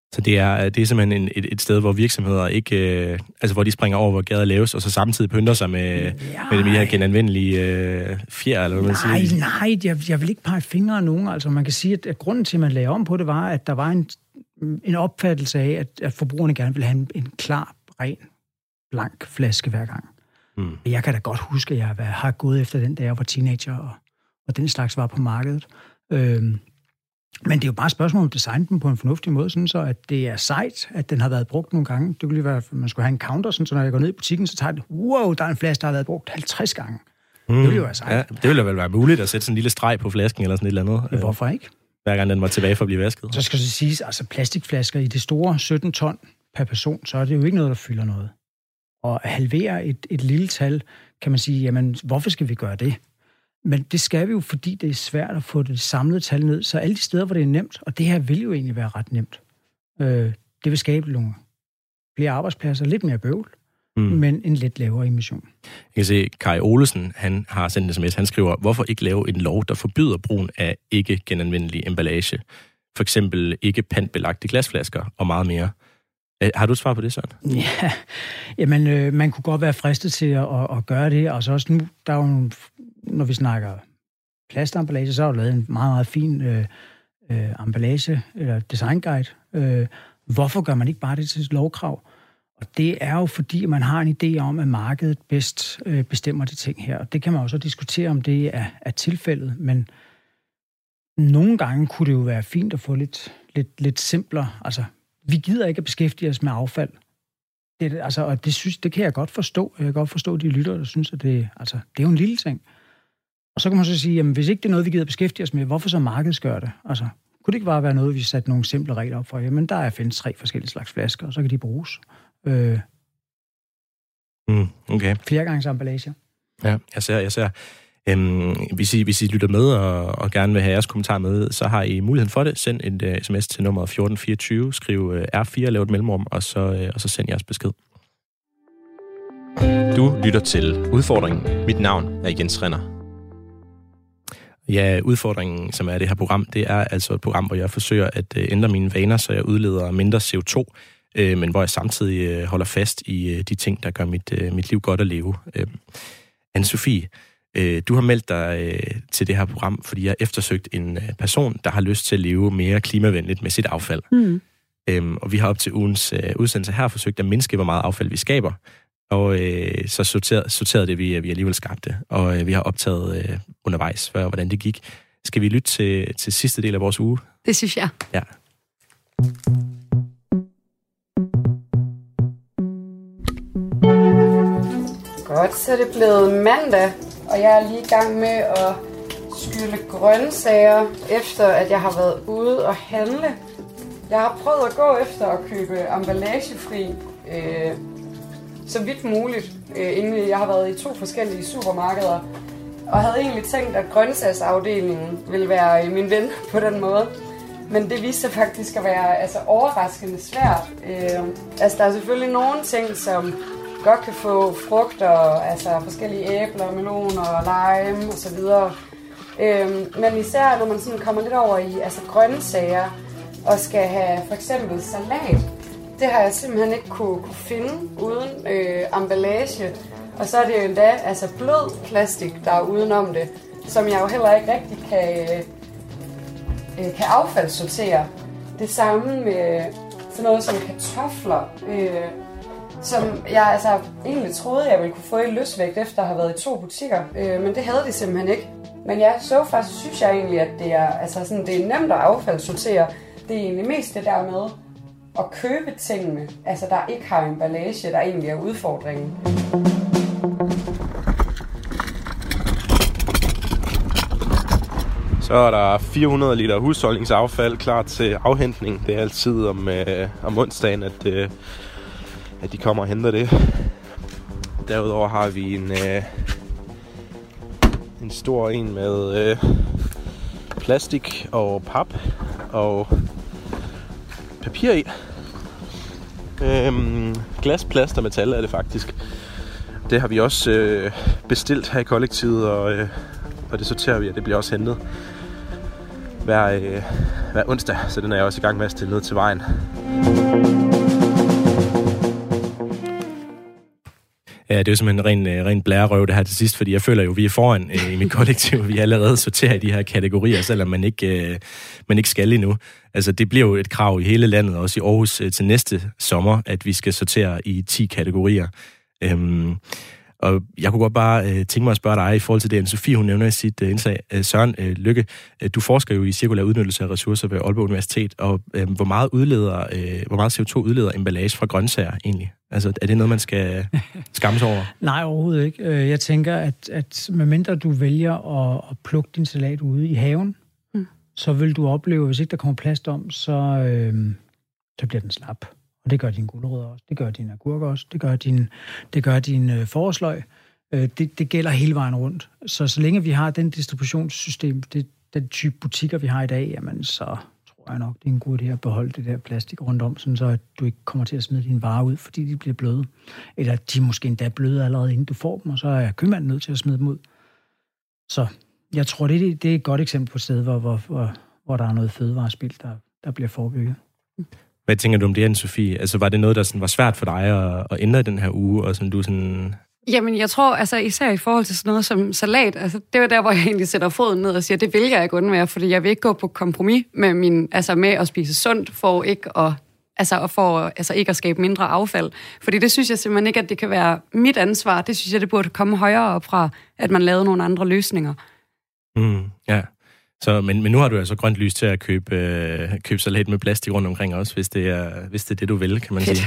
Så det er, det er simpelthen en, et, et sted, hvor virksomheder ikke... Øh, altså, hvor de springer over, hvor gader laves, og så samtidig pynter sig med, ja, med de her genanvendelige øh, fjer, eller hvad man nej, siger. Nej, jeg, jeg vil ikke pege fingre af nogen. Altså, man kan sige, at, at grunden til, at man lagde om på det, var, at der var en, en opfattelse af, at, at forbrugerne gerne ville have en, en klar, ren, blank flaske hver gang. Mm. Jeg kan da godt huske, at jeg har gået efter den, da jeg var teenager, og, og den slags var på markedet. Øhm, Men det er jo bare et spørgsmål om at designe den på en fornuftig måde, sådan så at det er sejt, at den har været brugt nogle gange. Det kunne lige være, at man skulle have en counter, sådan, så når jeg går ned i butikken, så tager det, wow, der er en flaske, der har været brugt halvtreds gange. Mm. Det ville jo være sejt. Ja, det ville vel være muligt at sætte sådan en lille streg på flasken eller sådan et eller andet. Ja, hvorfor ikke? Hver gang den var tilbage for at blive vasket. Så skal det siges, altså plastikflasker i det store sytten ton per person, så er det jo ikke noget, der fylder noget. Og at halvere et, et lille tal, kan man sige, jamen, hvorfor skal vi gøre det? Men det skal vi jo, fordi det er svært at få det samlede tal ned. Så alle de steder, hvor det er nemt, og det her vil jo egentlig være ret nemt, øh, det vil skabe nogle flere arbejdspladser, lidt mere bøvl, mm. men en lidt lavere emission. Jeg kan se, Kai Olesen, han har sendt en sms, han skriver, hvorfor ikke lave en lov, der forbyder brugen af ikke genanvendelig emballage? For eksempel ikke pantbelagte glasflasker og meget mere. Har du et svar på det, Søren? Ja, jamen, øh, man kunne godt være fristet til at, at, at gøre det, og så også nu, der er jo nogle, når vi snakker plastemballage, så er der lavet en meget, meget fin øh, øh, emballage, eller designguide. Øh, hvorfor gør man ikke bare det til et lovkrav? Og det er jo, fordi man har en idé om, at markedet bedst øh, bestemmer de ting her. Og det kan man også diskutere, om det er, er tilfældet, men nogle gange kunne det jo være fint at få lidt, lidt, lidt simplere. Altså, vi gider ikke at beskæftige os med affald. Det, altså, og det, synes, det kan jeg godt forstå. Jeg kan godt forstå de lyttere, der synes, at det, altså, det er jo en lille ting. Og så kan man så sige, jamen, hvis ikke det er noget, vi gider beskæftige os med, hvorfor så markedsgør det? Altså, kunne det ikke bare være noget, vi satte nogle simple regler op for? Jamen, der er findes tre forskellige slags flasker, og så kan de bruges. Øh, mm, okay. Flergangsemballage. Ja, jeg ser, jeg ser. Øhm, hvis, I, hvis I lytter med og, og gerne vil have jeres kommentar med, så har I muligheden for det. Send en uh, sms til nummer fjorten fireogtyve, skriv uh, R fire, lav et mellemrum, og så, uh, og så send jeres besked. Du lytter til Udfordringen. Mit navn er Jens Renner. Ja, Udfordringen, som er det her program, det er altså et program, hvor jeg forsøger at uh, ændre mine vaner, så jeg udleder mindre C O to, uh, men hvor jeg samtidig uh, holder fast i uh, de ting, der gør mit, uh, mit liv godt at leve. Uh, Anne-Sophie, du har meldt dig øh, til det her program, fordi jeg har eftersøgt en øh, person, der har lyst til at leve mere klimavenligt med sit affald. Mm. Øhm, og vi har op til ugens øh, udsendelse her forsøgt at mindske, hvor meget affald vi skaber. Og øh, så sorteret, sorteret det, vi, vi alligevel skabte. Og øh, vi har optaget øh, undervejs, for, hvordan det gik. Skal vi lytte til, til sidste del af vores uge? Det synes jeg. Ja. Godt, så er det blevet mandag. Og jeg er lige i gang med at skylde grøntsager, efter at jeg har været ude og handle. Jeg har prøvet at gå efter at købe emballagefri øh, så vidt muligt, øh, inden jeg har været i to forskellige supermarkeder. Og havde egentlig tænkt, at grøntsagsafdelingen ville være min ven på den måde. Men det viste sig faktisk at være altså, overraskende svært. Øh, altså, der er selvfølgelig nogle ting, som godt kan få frugter, altså forskellige æbler, meloner, lime og så videre. Øhm, men især når man sådan kommer lidt over i altså grøntsager og skal have for eksempel salat, det har jeg simpelthen ikke kunne, kunne finde uden øh, emballage. Og så er det jo endda altså blød plastik, der er udenom det, som jeg jo heller ikke rigtig kan, øh, kan affaldssortere. Det samme med sådan noget som kartofler, øh, som jeg altså egentlig troede, jeg ville kunne få i løsvægt efter at have været i to butikker, øh, men det havde de simpelthen ikke. Men ja, så faktisk synes jeg egentlig, at det er, altså sådan, det er nemt at affaldssortere. Det er egentlig mest det der med at købe tingene, altså der ikke har emballage, der egentlig er udfordringen. Så er der fire hundrede liter husholdningsaffald klar til afhentning. Det er altid om, øh, om onsdagen, at, øh, at de kommer og henter det. Derudover har vi en, øh, en stor en med øh, plastik og pap og papir i. Øhm, glas, plast og metal er det faktisk. Det har vi også øh, bestilt her i kollektivet, og, øh, og det sorterer vi, og det bliver også hentet hver, øh, hver onsdag, så den er jeg også i gang med at stille ned til vejen. Ja, det er jo simpelthen en ren, ren blærerøv det her til sidst, fordi jeg føler jo, vi er foran øh, i mit kollektiv. Vi er allerede sorteret i de her kategorier, selvom man ikke, øh, man ikke skal endnu. Altså, det bliver jo et krav i hele landet, også i Aarhus øh, til næste sommer, at vi skal sortere i ti kategorier. Øhm, og jeg kunne godt bare øh, tænke mig at spørge dig i forhold til det, Anne-Sophie, hun nævner i sit øh, indslag. Øh, Søren øh, Lykke, øh, du forsker jo i cirkulær udnyttelse af ressourcer ved Aalborg Universitet, og øh, hvor meget udleder, øh, hvor meget C O to udleder emballage fra grøntsager egentlig? Altså, er det noget, man skal skamme sig over? Nej, overhovedet ikke. Jeg tænker, at, at medmindre du vælger at, at plukke din salat ude i haven, mm. så vil du opleve, hvis ikke der kommer plast om, så, øh, så bliver den slap. Og det gør dine gulerødder også, det gør dine agurker også, det gør din, det gør din øh, forårsløg. Øh, det, det gælder hele vejen rundt. Så så længe vi har den distributionssystem, det, den type butikker, vi har i dag, jamen så tror jeg nok, det er en god idé at beholde det der plastik rundt om, sådan så at du ikke kommer til at smide dine varer ud, fordi de bliver bløde. Eller de er måske endda bløde allerede, inden du får dem, og så er købmanden nødt til at smide dem ud. Så jeg tror, det, det er et godt eksempel på et sted, hvor, hvor, hvor, hvor der er noget fødevarespil, der, der bliver forebygget. Hvad tænker du om det, Anne-Sophie? Altså, var det noget, der sådan var svært for dig at, at ændre den her uge, og sådan du sådan... Jamen, jeg tror, altså især i forhold til sådan noget som salat, altså det var der, hvor jeg egentlig sætter foden ned og siger, det vil jeg ikke undvære, fordi jeg vil ikke gå på kompromis med min, altså med at spise sundt, for ikke at, altså, for, altså ikke at skabe mindre affald. Fordi det synes jeg simpelthen ikke, at det kan være mit ansvar. Det synes jeg, det burde komme højere op fra, at man lavede nogle andre løsninger. Mm, ja. Så, men, men nu har du altså grønt lys til at købe, øh, købe salat med plastik rundt omkring også, hvis det er, hvis det, er det, du vil, kan man sige.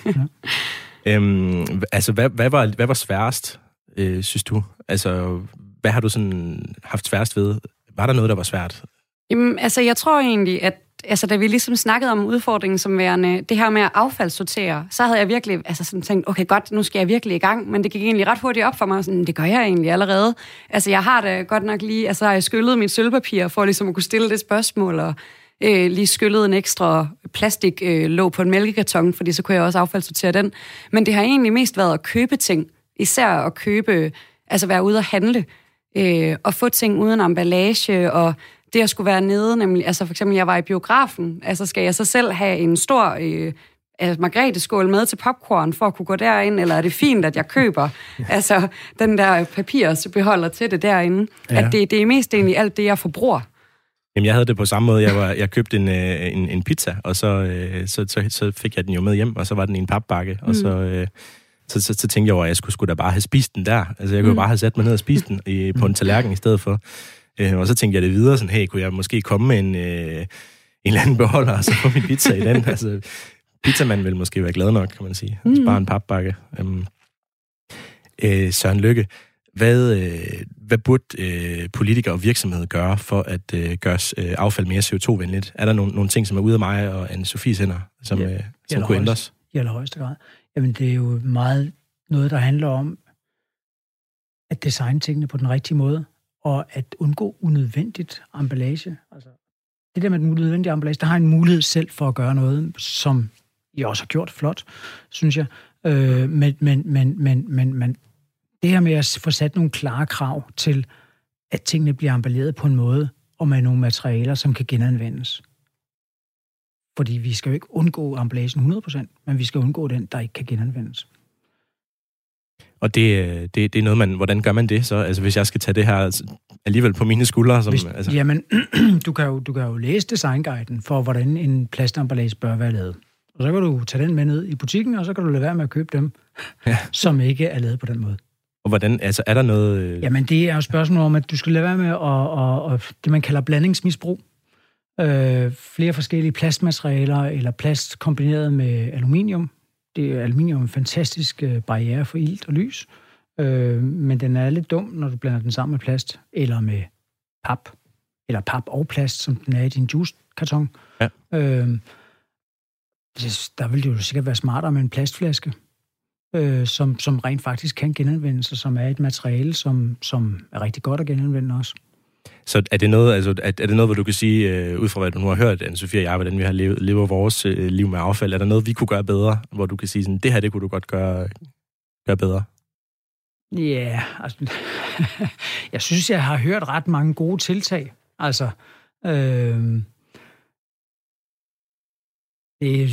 øhm, altså, hvad, hvad, var, hvad var sværest, øh, synes du? Altså, hvad har du sådan haft sværest ved? Var der noget, der var svært? Jamen, altså, jeg tror egentlig, at altså, da vi ligesom snakkede om udfordringen som værende, det her med at affaldssortere, så havde jeg virkelig altså, sådan tænkt, okay, godt, nu skal jeg virkelig i gang, men det gik egentlig ret hurtigt op for mig, sådan, det gør jeg egentlig allerede. Altså, jeg har da godt nok lige, altså, har jeg skyllet mit sølvpapir for ligesom at kunne stille det spørgsmål, og øh, lige skyllet en ekstra plastiklåg øh, på en mælkekarton, fordi så kunne jeg også affaldssortere den. Men det har egentlig mest været at købe ting, især at købe, altså være ude og handle, øh, og få ting uden emballage, og det at skulle være nede, nemlig, altså for eksempel, jeg var i biografen, altså skal jeg så selv have en stor øh, altså margrethe-skål med til popcorn, for at kunne gå derind, eller er det fint, at jeg køber altså den der papirsbeholder til det derinde? Ja. At det, det er mest egentlig alt det, jeg forbruger. Jamen, jeg havde det på samme måde. Jeg, var, jeg købte en, en, en pizza, og så, så, så, så fik jeg den jo med hjem, og så var den i en papbakke, mm. og så... Øh, Så, så, så tænkte jeg over, at jeg skulle, skulle da bare have spist den der. Altså, jeg kunne mm. bare have sat mig ned og spist den i, på en tallerken i stedet for. Øh, og så tænkte jeg det videre, sådan, hey, kunne jeg måske komme med en, øh, en eller anden beholder, og så få min pizza i den? Altså, pizzamanden vil måske være glad nok, kan man sige. Altså, bare en papbakke. Øhm, øh, Søren Lykke, hvad, øh, hvad burde øh, politikere og virksomheder gøre for at øh, gøre øh, affald mere C O to venligt? Er der nogle, nogle ting, som er ude af mig og Anne-Sophies hænder, som, ja, øh, som kunne ændres? I allerhøjeste grad. Jamen, det er jo meget noget, der handler om at designe tingene på den rigtige måde, og at undgå unødvendigt emballage. Altså, det der med den unødvendige emballage, der har en mulighed selv for at gøre noget, som I også har gjort flot, synes jeg. Øh, men, men, men, men, men, men det her med at få sat nogle klare krav til, at tingene bliver emballeret på en måde, og med nogle materialer, som kan genanvendes. Fordi vi skal jo ikke undgå emballagen hundrede procent, men vi skal undgå den, der ikke kan genanvendes. Og det, det, det er noget, man... Hvordan gør man det så? Altså, hvis jeg skal tage det her alligevel på mine skuldre? Som, hvis, altså... Jamen, du kan, jo, du kan jo læse designguiden for, hvordan en plastemballage bør være lavet. Og så kan du tage den med ned i butikken, og så kan du lade være med at købe dem, ja. Som ikke er lavet på den måde. Og hvordan... Altså, er der noget... Jamen, det er jo et spørgsmål om, at du skal lade være med at, at, at det, man kalder blandingsmisbrug. Øh, flere forskellige plastmaterialer eller plast kombineret med aluminium. Det er aluminium en fantastisk øh, barriere for ilt og lys, øh, men den er lidt dum, når du blander den sammen med plast eller med pap, eller pap og plast, som den er i din juicekarton. Ja. Øh, det, der vil det jo sikkert være smartere med en plastflaske, øh, som, som rent faktisk kan genanvendes, og som er et materiale, som, som er rigtig godt at genanvende også. Så er det noget, altså, er, er det noget, hvor du kan sige, øh, ud fra hvad du nu har hørt, Anne-Sophie og jeg, hvordan vi har levet, lever vores øh, liv med affald, er der noget, vi kunne gøre bedre, hvor du kan sige sådan, det her, det kunne du godt gøre, gøre bedre? Ja, yeah, altså, jeg synes, jeg har hørt ret mange gode tiltag. Altså, øh, Det...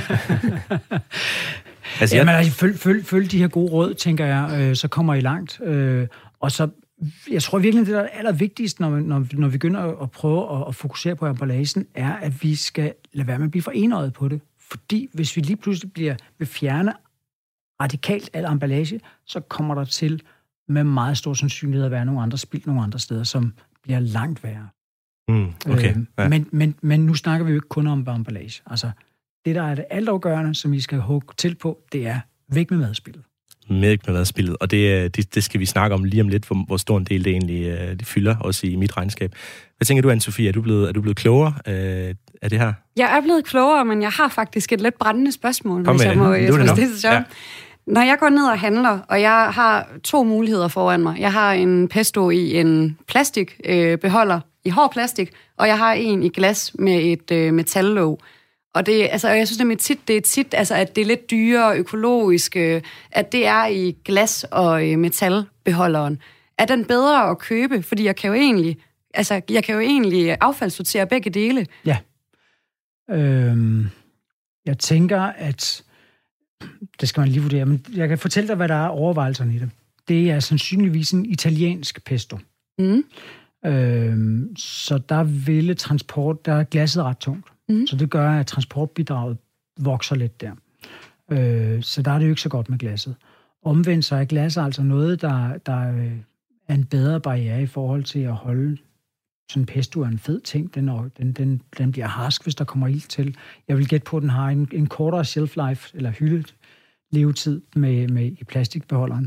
altså, Jamen, altså, følg, følg, følg de her gode råd, tænker jeg, øh, så kommer I langt. Øh, og så, jeg tror virkelig, det der er allervigtigst, når, når, når vi begynder at prøve at, at fokusere på emballagen, er, at vi skal lade være med at blive for enøjet på det. Fordi hvis vi lige pludselig bliver vil fjerne radikalt al emballage, så kommer der til med meget stor sandsynlighed at være nogle andre spild nogle andre steder, som bliver langt værre. Mm, okay. øh, ja. men, men, men nu snakker vi jo ikke kun om emballage. Altså, det, der er det altafgørende, som I skal hugge til på, det er væk med madspillet. Væk med madspillet, og det, det, det skal vi snakke om lige om lidt, hvor, hvor stor en del det egentlig det fylder, også i mit regnskab. Hvad tænker du, Anne-Sophie? Er du blevet, er du blevet klogere øh, af det her? Jeg er blevet klogere, men jeg har faktisk et lidt brændende spørgsmål, Kom hvis jeg må det stille det ja. Når jeg går ned og handler, og jeg har to muligheder foran mig. Jeg har en pesto i en plastikbeholder, øh, i hård plastik, og jeg har en i glas med et øh, metallåg. Og det, altså, jeg synes nemlig tit, det er tit, altså, at det er lidt dyrere, økologisk, øh, at det er i glas- og øh, metalbeholderen. Er den bedre at købe? Fordi jeg kan jo egentlig, altså, jeg kan jo egentlig affaldssortere begge dele. Ja. Øhm, jeg tænker, at det skal man lige vurdere, men jeg kan fortælle dig, hvad der er overvejelserne i det. Det er sandsynligvis en italiensk pesto. Mm. Øhm, så der ville transport, der er glasset ret tungt. Mm. Så det gør, at transportbidraget vokser lidt der. Øh, så der er det jo ikke så godt med glasset. Omvendt så er glasset altså noget, der, der er en bedre barriere i forhold til at holde sådan en pesto er en fed ting. Den, den, den, den bliver harsk, hvis der kommer ild til. Jeg vil gætte på, at den har en, en kortere shelf life, eller hyldet levetid med, med i plastikbeholderen.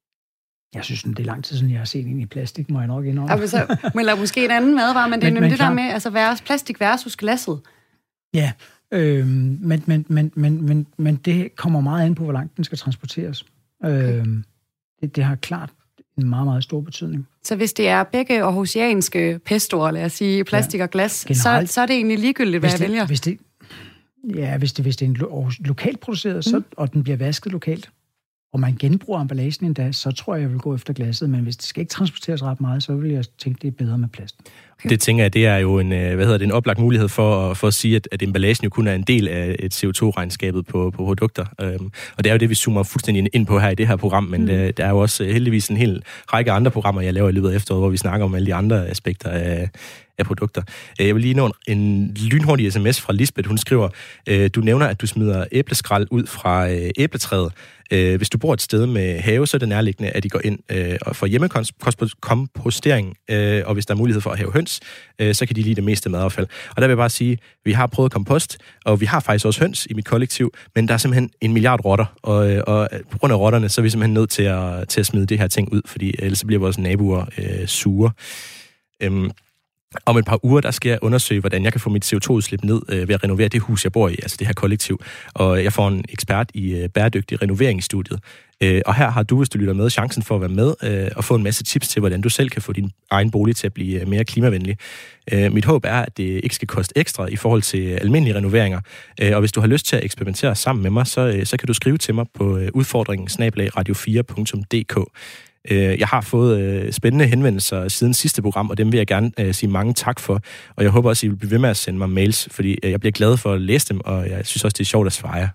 Jeg synes, det er lang tid siden, jeg har set en i plastik, må jeg nok indrømme. Ja, så, eller måske en anden madvare, men det er men, nemlig men, det klar. Der med altså vers, plastik versus glasset. Ja, øh, men, men, men, men, men, men det kommer meget ind på, hvor langt den skal transporteres. Okay. Øh, det, det har klart en meget, meget stor betydning. Så hvis det er begge aarhusianske pestoer, lad os sige, plastik ja. Og glas, så, så er det egentlig ligegyldigt, hvad det, jeg vælger? Hvis det, ja, hvis det, hvis det er en lo- lokalt produceret, mm. så, og den bliver vasket lokalt, og man genbruger emballagen endda, så tror jeg, jeg vil gå efter glasset. Men hvis det skal ikke transporteres ret meget, så vil jeg tænke, det er bedre med plast. Okay. Det tænker jeg, det er jo en, hvad hedder det, en oplagt mulighed for, for at sige, at, at emballagen jo kun er en del af et C O to regnskabet på, på produkter. Um, og det er jo det, vi zoomer fuldstændig ind på her i det her program, men mm. der, der er jo også heldigvis en hel række andre programmer, jeg laver i løbet af efteråret, hvor vi snakker om alle de andre aspekter af, af produkter. Jeg vil lige nå en, en lynhurtig sms fra Lisbeth. Hun skriver, du nævner, at du smider æbleskrald ud fra æbletræet. Hvis du bor et sted med have, så er det nærliggende, at I går ind og får hjemmekompostering, og hvis der er mulighed for at have høns, så kan de lide det meste madaffald. Og der vil jeg bare sige, at vi har prøvet kompost, og vi har faktisk også høns i mit kollektiv, men der er simpelthen en milliard rotter, og, og på grund af rotterne, så er vi simpelthen nødt til at, til at smide det her ting ud, fordi ellers så bliver vores naboer øh, sure. Øhm, Om et par uger, der skal jeg undersøge, hvordan jeg kan få mit C O to udslip ned øh, ved at renovere det hus, jeg bor i, altså det her kollektiv. Og jeg får en ekspert i øh, bæredygtig renoveringsstudiet. Øh, og her har du, hvis du lytter med, chancen for at være med øh, og få en masse tips til, hvordan du selv kan få din egen bolig til at blive øh, mere klimavenlig. Øh, mit håb er, at det ikke skal koste ekstra i forhold til almindelige renoveringer. Øh, og hvis du har lyst til at eksperimentere sammen med mig, så, øh, så kan du skrive til mig på øh, udfordringen snabel-a radio fire punktum d k. Jeg har fået spændende henvendelser siden sidste program, og dem vil jeg gerne sige mange tak for. Og jeg håber også, I vil blive ved med at sende mig mails, fordi jeg bliver glad for at læse dem, og jeg synes også, det er sjovt at svare.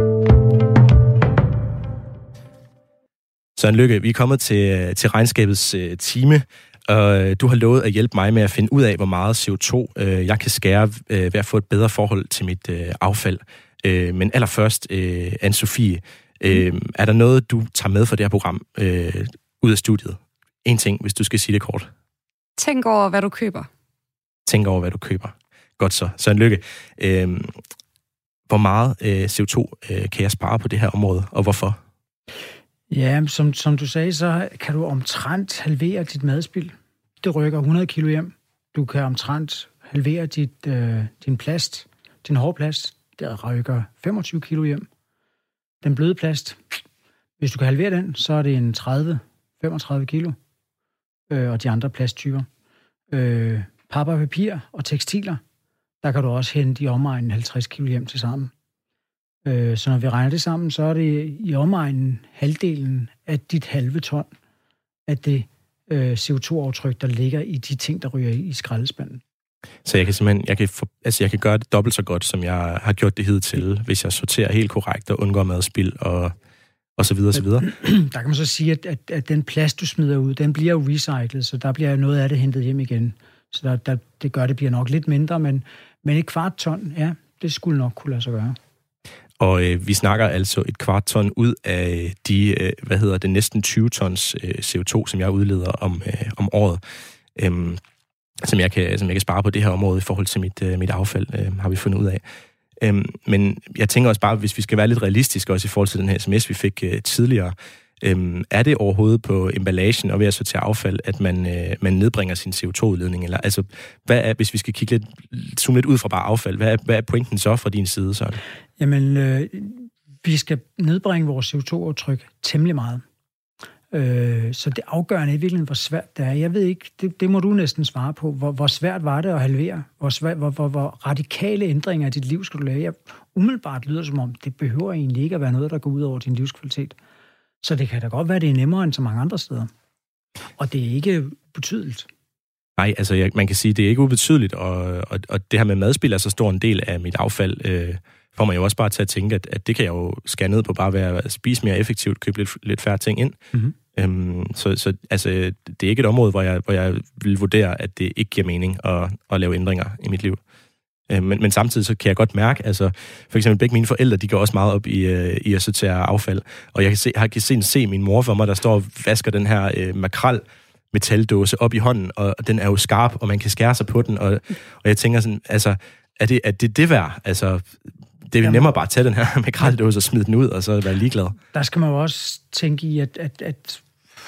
Søren Lykke, vi er kommet til, til regnskabets time, og du har lovet at hjælpe mig med at finde ud af, hvor meget C O to jeg kan skære ved at få et bedre forhold til mit affald. Men allerførst, Anne-Sophie, er der noget, du tager med for det her program ud af studiet? En ting, hvis du skal sige det kort. Tænk over, hvad du køber. Tænk over, hvad du køber. Godt så. Søren Lykke. Øh, hvor meget øh, C O to øh, kan jeg spare på det her område, og hvorfor? Ja, som, som du sagde, så kan du omtrent halvere dit madspild. Det rykker hundrede kilo hjem. Du kan omtrent halvere dit, øh, din plast, din hårplast. Det rykker femogtyve kilo hjem. Den bløde plast, hvis du kan halvere den, så er det en tredive til femogtredive kilo, øh, og de andre plasttyper. Øh, papir, papir og tekstiler, der kan du også hente i omegnen halvtreds kilo hjem til sammen. Øh, så når vi regner det sammen, så er det i omegnen halvdelen af dit halve ton af det øh, C O to aftryk, der ligger i de ting, der ryger i skraldespanden. Så jeg kan simpelthen, jeg kan, for, altså jeg kan gøre det dobbelt så godt, som jeg har gjort det hidtil, hvis jeg sorterer helt korrekt og undgår madspild og, og så videre, så videre. Der kan man så sige, at, at, at den plast, du smider ud, den bliver jo recyclet, så der bliver noget af det hentet hjem igen. Så der, der, det gør, det bliver nok lidt mindre, men, men et kvart ton, ja, det skulle nok kunne lade sig gøre. Og øh, vi snakker altså et kvart ton ud af de, øh, hvad hedder det, næsten tyve tons øh, C O to, som jeg udleder om, øh, om året, øh, som, jeg kan, som jeg kan spare på det her område i forhold til mit, øh, mit affald, øh, har vi fundet ud af. Øh, men jeg tænker også bare, hvis vi skal være lidt realistiske også i forhold til den her sms, vi fik øh, tidligere, øh, er det overhovedet på emballagen og ved at sortere affald, at man, øh, man nedbringer sin C O to udledning? Eller, altså, hvad er, hvis vi skal kigge lidt, zoome lidt ud fra bare affald, hvad er, hvad er pointen så fra din side, Søren? Jamen, øh, vi skal nedbringe vores C O to aftryk temmelig meget. Øh, så det afgørende er virkelig, hvor svært det er. Jeg ved ikke, det, det må du næsten svare på. Hvor, hvor svært var det at halvere? Hvor, svært, hvor, hvor, hvor radikale ændringer af dit liv skal du lave? Jeg, umiddelbart lyder som om, det behøver egentlig ikke at være noget, der går ud over din livskvalitet. Så det kan da godt være, det er nemmere end så mange andre steder. Og det er ikke betydeligt. Nej, altså jeg, man kan sige, det er ikke ubetydeligt, og, og, og det her med madspil er så stor en del af mit affald, øh, får man jo også bare til at tænke, at, at det kan jeg jo skære ned på bare ved at spise mere effektivt, købe lidt, lidt færre ting ind. Mm-hmm. Øhm, så så altså, det er ikke et område, hvor jeg, hvor jeg vil vurdere, at det ikke giver mening at, at lave ændringer i mit liv. Øhm, men, men samtidig så kan jeg godt mærke, altså for eksempel begge mine forældre, de går også meget op i, øh, i at sortere affald, og jeg kan se, har kan se, se min mor for mig, der står og vasker den her øh, makrel metaldåse op i hånden, og den er jo skarp, og man kan skære sig på den, og, og jeg tænker sådan, altså, er det er det, det værd? Altså, det er jo nemmere bare at tage den her makraldåse og smide den ud, og så være ligeglad. Der skal man jo også tænke i, at, at, at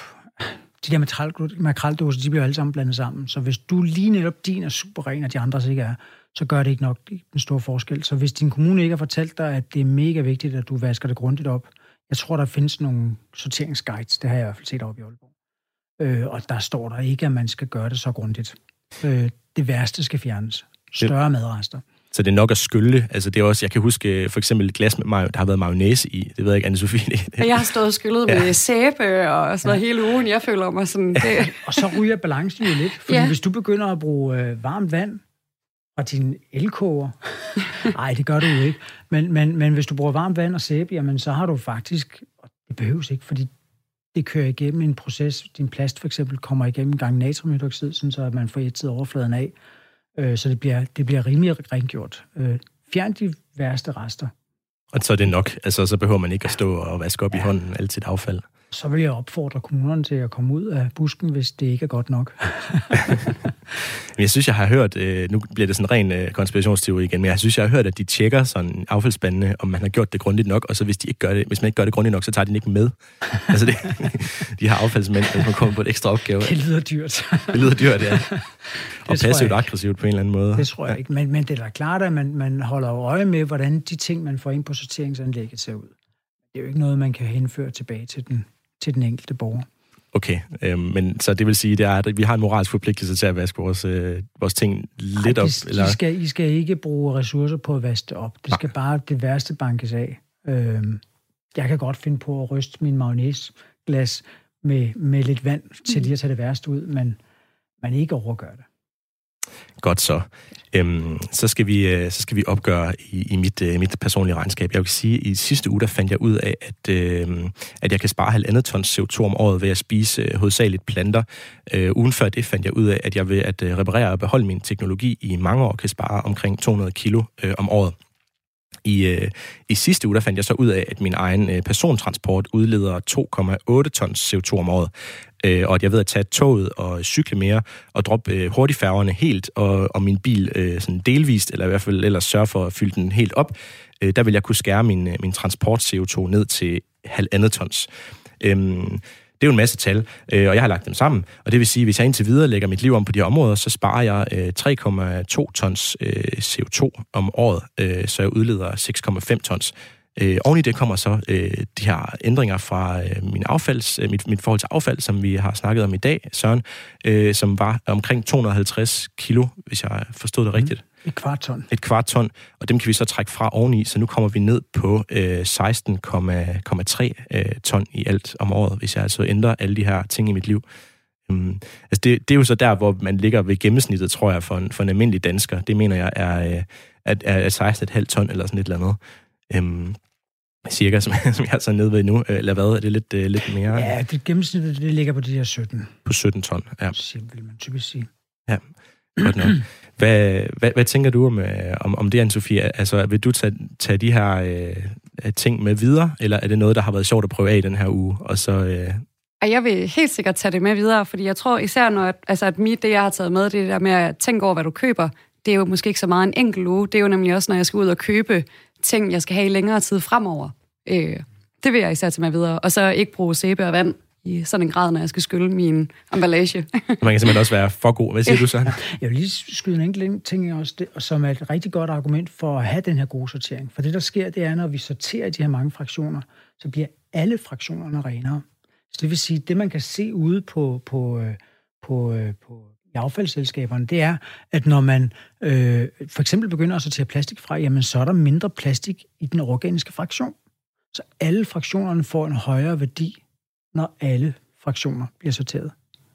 de der makraldåser, de bliver alle sammen blandet sammen, så hvis du lige netop din er super ren, og de andres ikke er, så gør det ikke nok en stor forskel. Så hvis din kommune ikke har fortalt dig, at det er mega vigtigt, at du vasker det grundigt op, jeg tror, der findes nogle sorteringsguides, det har jeg i hvert fald set oppe i Aalborg. Øh, og der står der ikke, at man skal gøre det så grundigt. Øh, det værste skal fjernes. Større madrester. Så det er nok at skylle. Altså det er også, jeg kan huske for eksempel et glas med mayo, der har været mayonnaise i. Det ved jeg ikke, Anne-Sophie. Jeg har stået og skyllet ja. med sæbe og sådan noget ja. hele ugen. Jeg føler mig sådan... Det... Og så ryger balancen jo lidt. Fordi ja. hvis du begynder at bruge øh, varmt vand fra din elkoger... Nej, det gør du jo ikke. Men, men, men hvis du bruger varmt vand og sæbe, jamen så har du faktisk... Det behøves ikke, fordi det kører igennem en proces. Din plast for eksempel kommer igennem en gang natriumhydroxid, sådan så at man får ætset overfladen af. Så det bliver, det bliver rimelig rengjort. Fjern de værste rester. Og så er det nok. Altså, så behøver man ikke at stå og vaske op ja. i hånden alt sit affald. Så vil jeg opfordre kommunerne til at komme ud af busken, hvis det ikke er godt nok. Jeg synes, jeg har hørt, nu bliver det sådan en ren konspirationsteori igen, men jeg synes, jeg har hørt, at de tjekker sådan affaldsspandene, om man har gjort det grundigt nok, og så hvis, de ikke gør det, hvis man ikke gør det grundigt nok, så tager de den ikke med. Altså, det, de har affaldsmænd, der kommer på et ekstra opgave. Det lyder dyrt. Det lyder dyrt, ja. Og passivt aggressivt på en eller anden måde. Det tror jeg ikke, men, men det er da klart, at man, man holder øje med, hvordan de ting, man får ind på sorteringsanlægget ser ud. Det er jo ikke noget, man kan henføre tilbage til den, til den enkelte borger. Okay, øh, men så det vil sige, det er, at vi har en moralsk forpligtelse til at vaske vores, øh, vores ting lidt Ej, op? Det, eller? I, skal, I skal ikke bruge ressourcer på at vaske det op. Det skal Nej. bare det værste bankes af. Øh, jeg kan godt finde på at ryste min mayonnaiseglas med, med lidt vand til lige at tage det værste ud, men man ikke overgør det. Godt så. Øhm, så, skal vi, så skal vi opgøre i, i mit, mit personlige regnskab. Jeg vil sige, at i sidste uge, der fandt jeg ud af, at, øh, at jeg kan spare halvandet tons C O to om året ved at spise øh, hovedsageligt planter. Øh, ugen før det fandt jeg ud af, at jeg ved at øh, reparere og beholde min teknologi i mange år kan spare omkring to hundrede kilo øh, om året. I, øh, I sidste uge, der fandt jeg så ud af, at min egen øh, persontransport udleder to komma otte tons C O to om året. Øh, og at jeg ved at tage toget og cykle mere og droppe øh, hurtigfærgerne helt, og, og min bil øh, sådan delvist, eller i hvert fald ellers sørge for at fylde den helt op, øh, der vil jeg kunne skære min, min transport C O to ned til halvandet tons. Øhm, Det er jo en masse tal, øh, og jeg har lagt dem sammen. Og det vil sige, at hvis jeg indtil videre lægger mit liv om på de her områder, så sparer jeg øh, tre komma to tons øh, C O to om året, øh, så jeg udleder seks komma fem tons. Øh, oven i det kommer så øh, de her ændringer fra øh, min affalds, øh, mit, mit forhold til affald, som vi har snakket om i dag, Søren, øh, som var omkring to hundrede og halvtreds kilo, hvis jeg forstod det rigtigt. Et kvart ton. Et kvart ton, og dem kan vi så trække fra oveni, så nu kommer vi ned på øh, seksten komma tre øh, ton i alt om året, hvis jeg altså ændrer alle de her ting i mit liv. Øhm, altså det, det er jo så der, hvor man ligger ved gennemsnittet, tror jeg, for en, for en almindelig dansker. Det mener jeg er, er, er seksten komma fem ton eller sådan et eller andet. Øhm, cirka, som, som jeg er så nede ved nu. Eller hvad? Er det lidt, lidt mere? Ja, det gennemsnittet, det ligger på de her sytten. På sytten ton, ja. Vil man typisk sige. Ja, godt nok. Hvad, hvad, hvad tænker du om, om, om det, Anne-Sophie? Altså, vil du tage, tage de her øh, ting med videre, eller er det noget, der har været sjovt at prøve af i den her uge? Og så, øh... Jeg vil helt sikkert tage det med videre, fordi jeg tror især, når altså, at mit, det, jeg har taget med, det der med at tænke over, hvad du køber, det er jo måske ikke så meget en enkelt uge. Det er jo nemlig også, når jeg skal ud og købe ting, jeg skal have i længere tid fremover. Øh, det vil jeg især tage med videre. Og så ikke bruge sæbe og vand i sådan en grad, når jeg skal skylle min emballage. Man kan simpelthen også være for god. Hvad siger du så? Jeg vil lige skyde en enkelt ting også, det, som er et rigtig godt argument for at have den her gode sortering. For det, der sker, det er, når vi sorterer de her mange fraktioner, så bliver alle fraktionerne renere. Så det vil sige, det man kan se ude på, på, på, på i affaldsselskaberne, det er, at når man øh, for eksempel begynder at sortere plastik fra, jamen så er der mindre plastik i den organiske fraktion. Så alle fraktionerne får en højere værdi, når alle fraktioner bliver sorteret.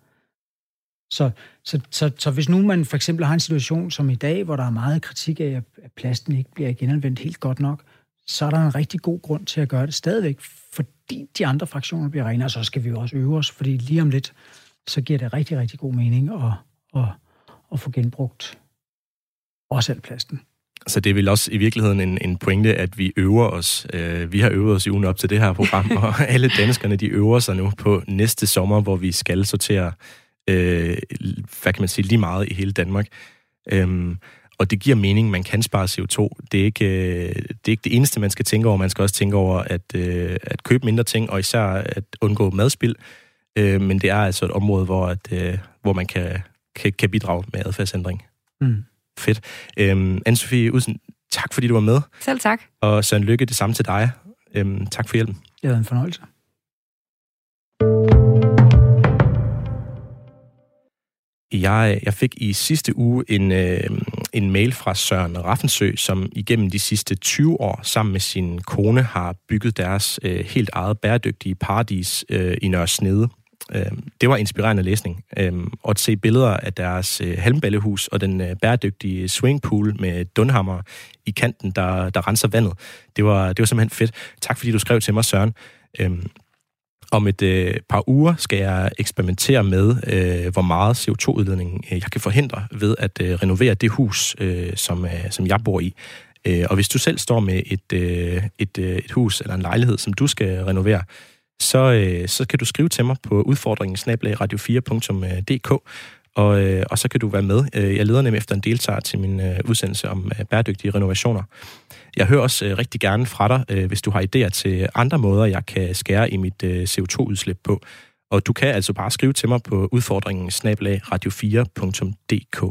Så, så, så, så hvis nu man for eksempel har en situation som i dag, hvor der er meget kritik af, at plasten ikke bliver genanvendt helt godt nok, så er der en rigtig god grund til at gøre det stadigvæk, fordi de andre fraktioner bliver renere, og så skal vi jo også øve os, fordi lige om lidt, så giver det rigtig, rigtig god mening at, at, at få genbrugt også al plasten. Så det er vel også i virkeligheden en, en pointe, at vi øver os. Uh, vi har øvet os i ugen op til det her program, og alle danskerne, de øver sig nu på næste sommer, hvor vi skal sortere, uh, hvad kan man sige, lige meget i hele Danmark. Um, og det giver mening, man kan spare C O to. Det er ikke, uh, det er ikke det eneste, man skal tænke over. Man skal også tænke over at, uh, at købe mindre ting, og især at undgå madspild. Uh, men det er altså et område, hvor, at, uh, hvor man kan, kan, kan bidrage med adfærdsændring. Mm. Fedt. Øhm, Anne-Sophie Udsen, tak fordi du var med. Selv tak. Og Søren Lykke, det samme til dig. Øhm, tak for hjælpen. Det var en fornøjelse. Jeg, jeg fik i sidste uge en, øh, en mail fra Søren Raffensø, som igennem de sidste tyve år sammen med sin kone har bygget deres øh, helt eget bæredygtige paradis øh, i Nørre Snede. Det var inspirerende læsning. Og at se billeder af deres halmballehus og den bæredygtige swimmingpool med dunhammer i kanten, der, der renser vandet. Det var, det var simpelthen fedt. Tak fordi du skrev til mig, Søren. Om et øh, par uger skal jeg eksperimentere med, øh, hvor meget C O to udledning øh, jeg kan forhindre ved at øh, renovere det hus, øh, som, øh, som jeg bor i. Øh, og hvis du selv står med et, øh, et, øh, et hus eller en lejlighed, som du skal renovere, så, øh, så kan du skrive til mig på udfordringen snabel-a radio fire punktum d k, og, øh, og så kan du være med. Jeg leder nemlig efter en deltager til min øh, udsendelse om øh, bæredygtige renovationer. Jeg hører også øh, rigtig gerne fra dig, øh, hvis du har idéer til andre måder, jeg kan skære i mit øh, C O to udslip på. Og du kan altså bare skrive til mig på udfordringen snabel-a radio fire punktum d k.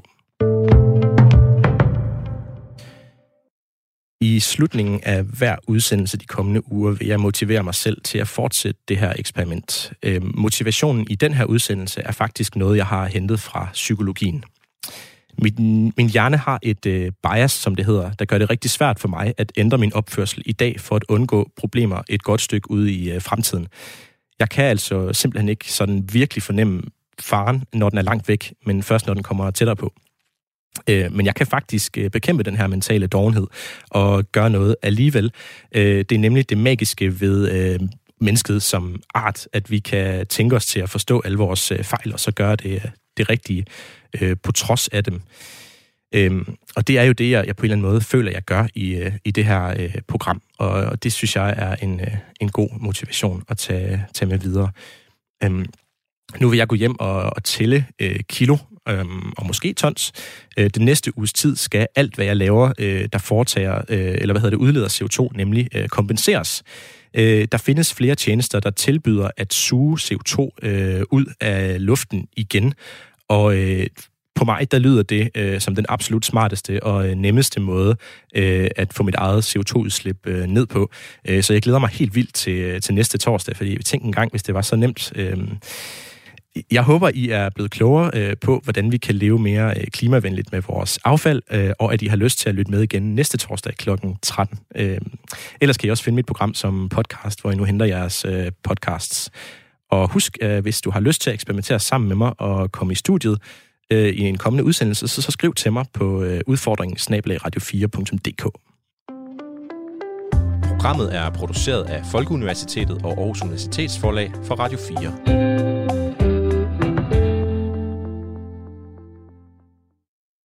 I slutningen af hver udsendelse de kommende uger vil jeg motivere mig selv til at fortsætte det her eksperiment. Øh, motivationen i den her udsendelse er faktisk noget, jeg har hentet fra psykologien. Min, min hjerne har et øh, bias, som det hedder, der gør det rigtig svært for mig at ændre min opførsel i dag for at undgå problemer et godt stykke ude i øh, fremtiden. Jeg kan altså simpelthen ikke sådan virkelig fornemme faren, når den er langt væk, men først når den kommer tættere på. Men jeg kan faktisk bekæmpe den her mentale dovenhed og gøre noget alligevel. Det er nemlig det magiske ved mennesket som art, at vi kan tænke os til at forstå alle vores fejl, og så gøre det, det rigtige på trods af dem. Og det er jo det, jeg på en eller anden måde føler, jeg gør i, i det her program. Og det synes jeg er en, en god motivation at tage, tage med videre. Nu vil jeg gå hjem og, og tælle øh, kilo, øh, og måske tons. Øh, den næste uges tid skal alt, hvad jeg laver, øh, der foretager, øh, eller hvad hedder det, udleder C O to, nemlig øh, kompenseres. Øh, der findes flere tjenester, der tilbyder at suge C O to øh, ud af luften igen. Og øh, på mig, der lyder det øh, som den absolut smarteste og øh, nemmeste måde øh, at få mit eget C O to udslip øh, ned på. Øh, så jeg glæder mig helt vildt til, til næste torsdag, fordi jeg tænkte en gang, hvis det var så nemt. Øh, Jeg håber, I er blevet klogere øh, på, hvordan vi kan leve mere øh, klimavenligt med vores affald, øh, og at I har lyst til at lytte med igen næste torsdag klokken tretten. Øh, ellers kan I også finde mit program som podcast, hvor I nu henter jeres øh, podcasts. Og husk, øh, hvis du har lyst til at eksperimentere sammen med mig og komme i studiet øh, i en kommende udsendelse, så, så skriv til mig på øh, udfordringen snabel-a radio fire punktum d k. Programmet er produceret af Folkeuniversitetet og Aarhus Universitetsforlag for Radio fire.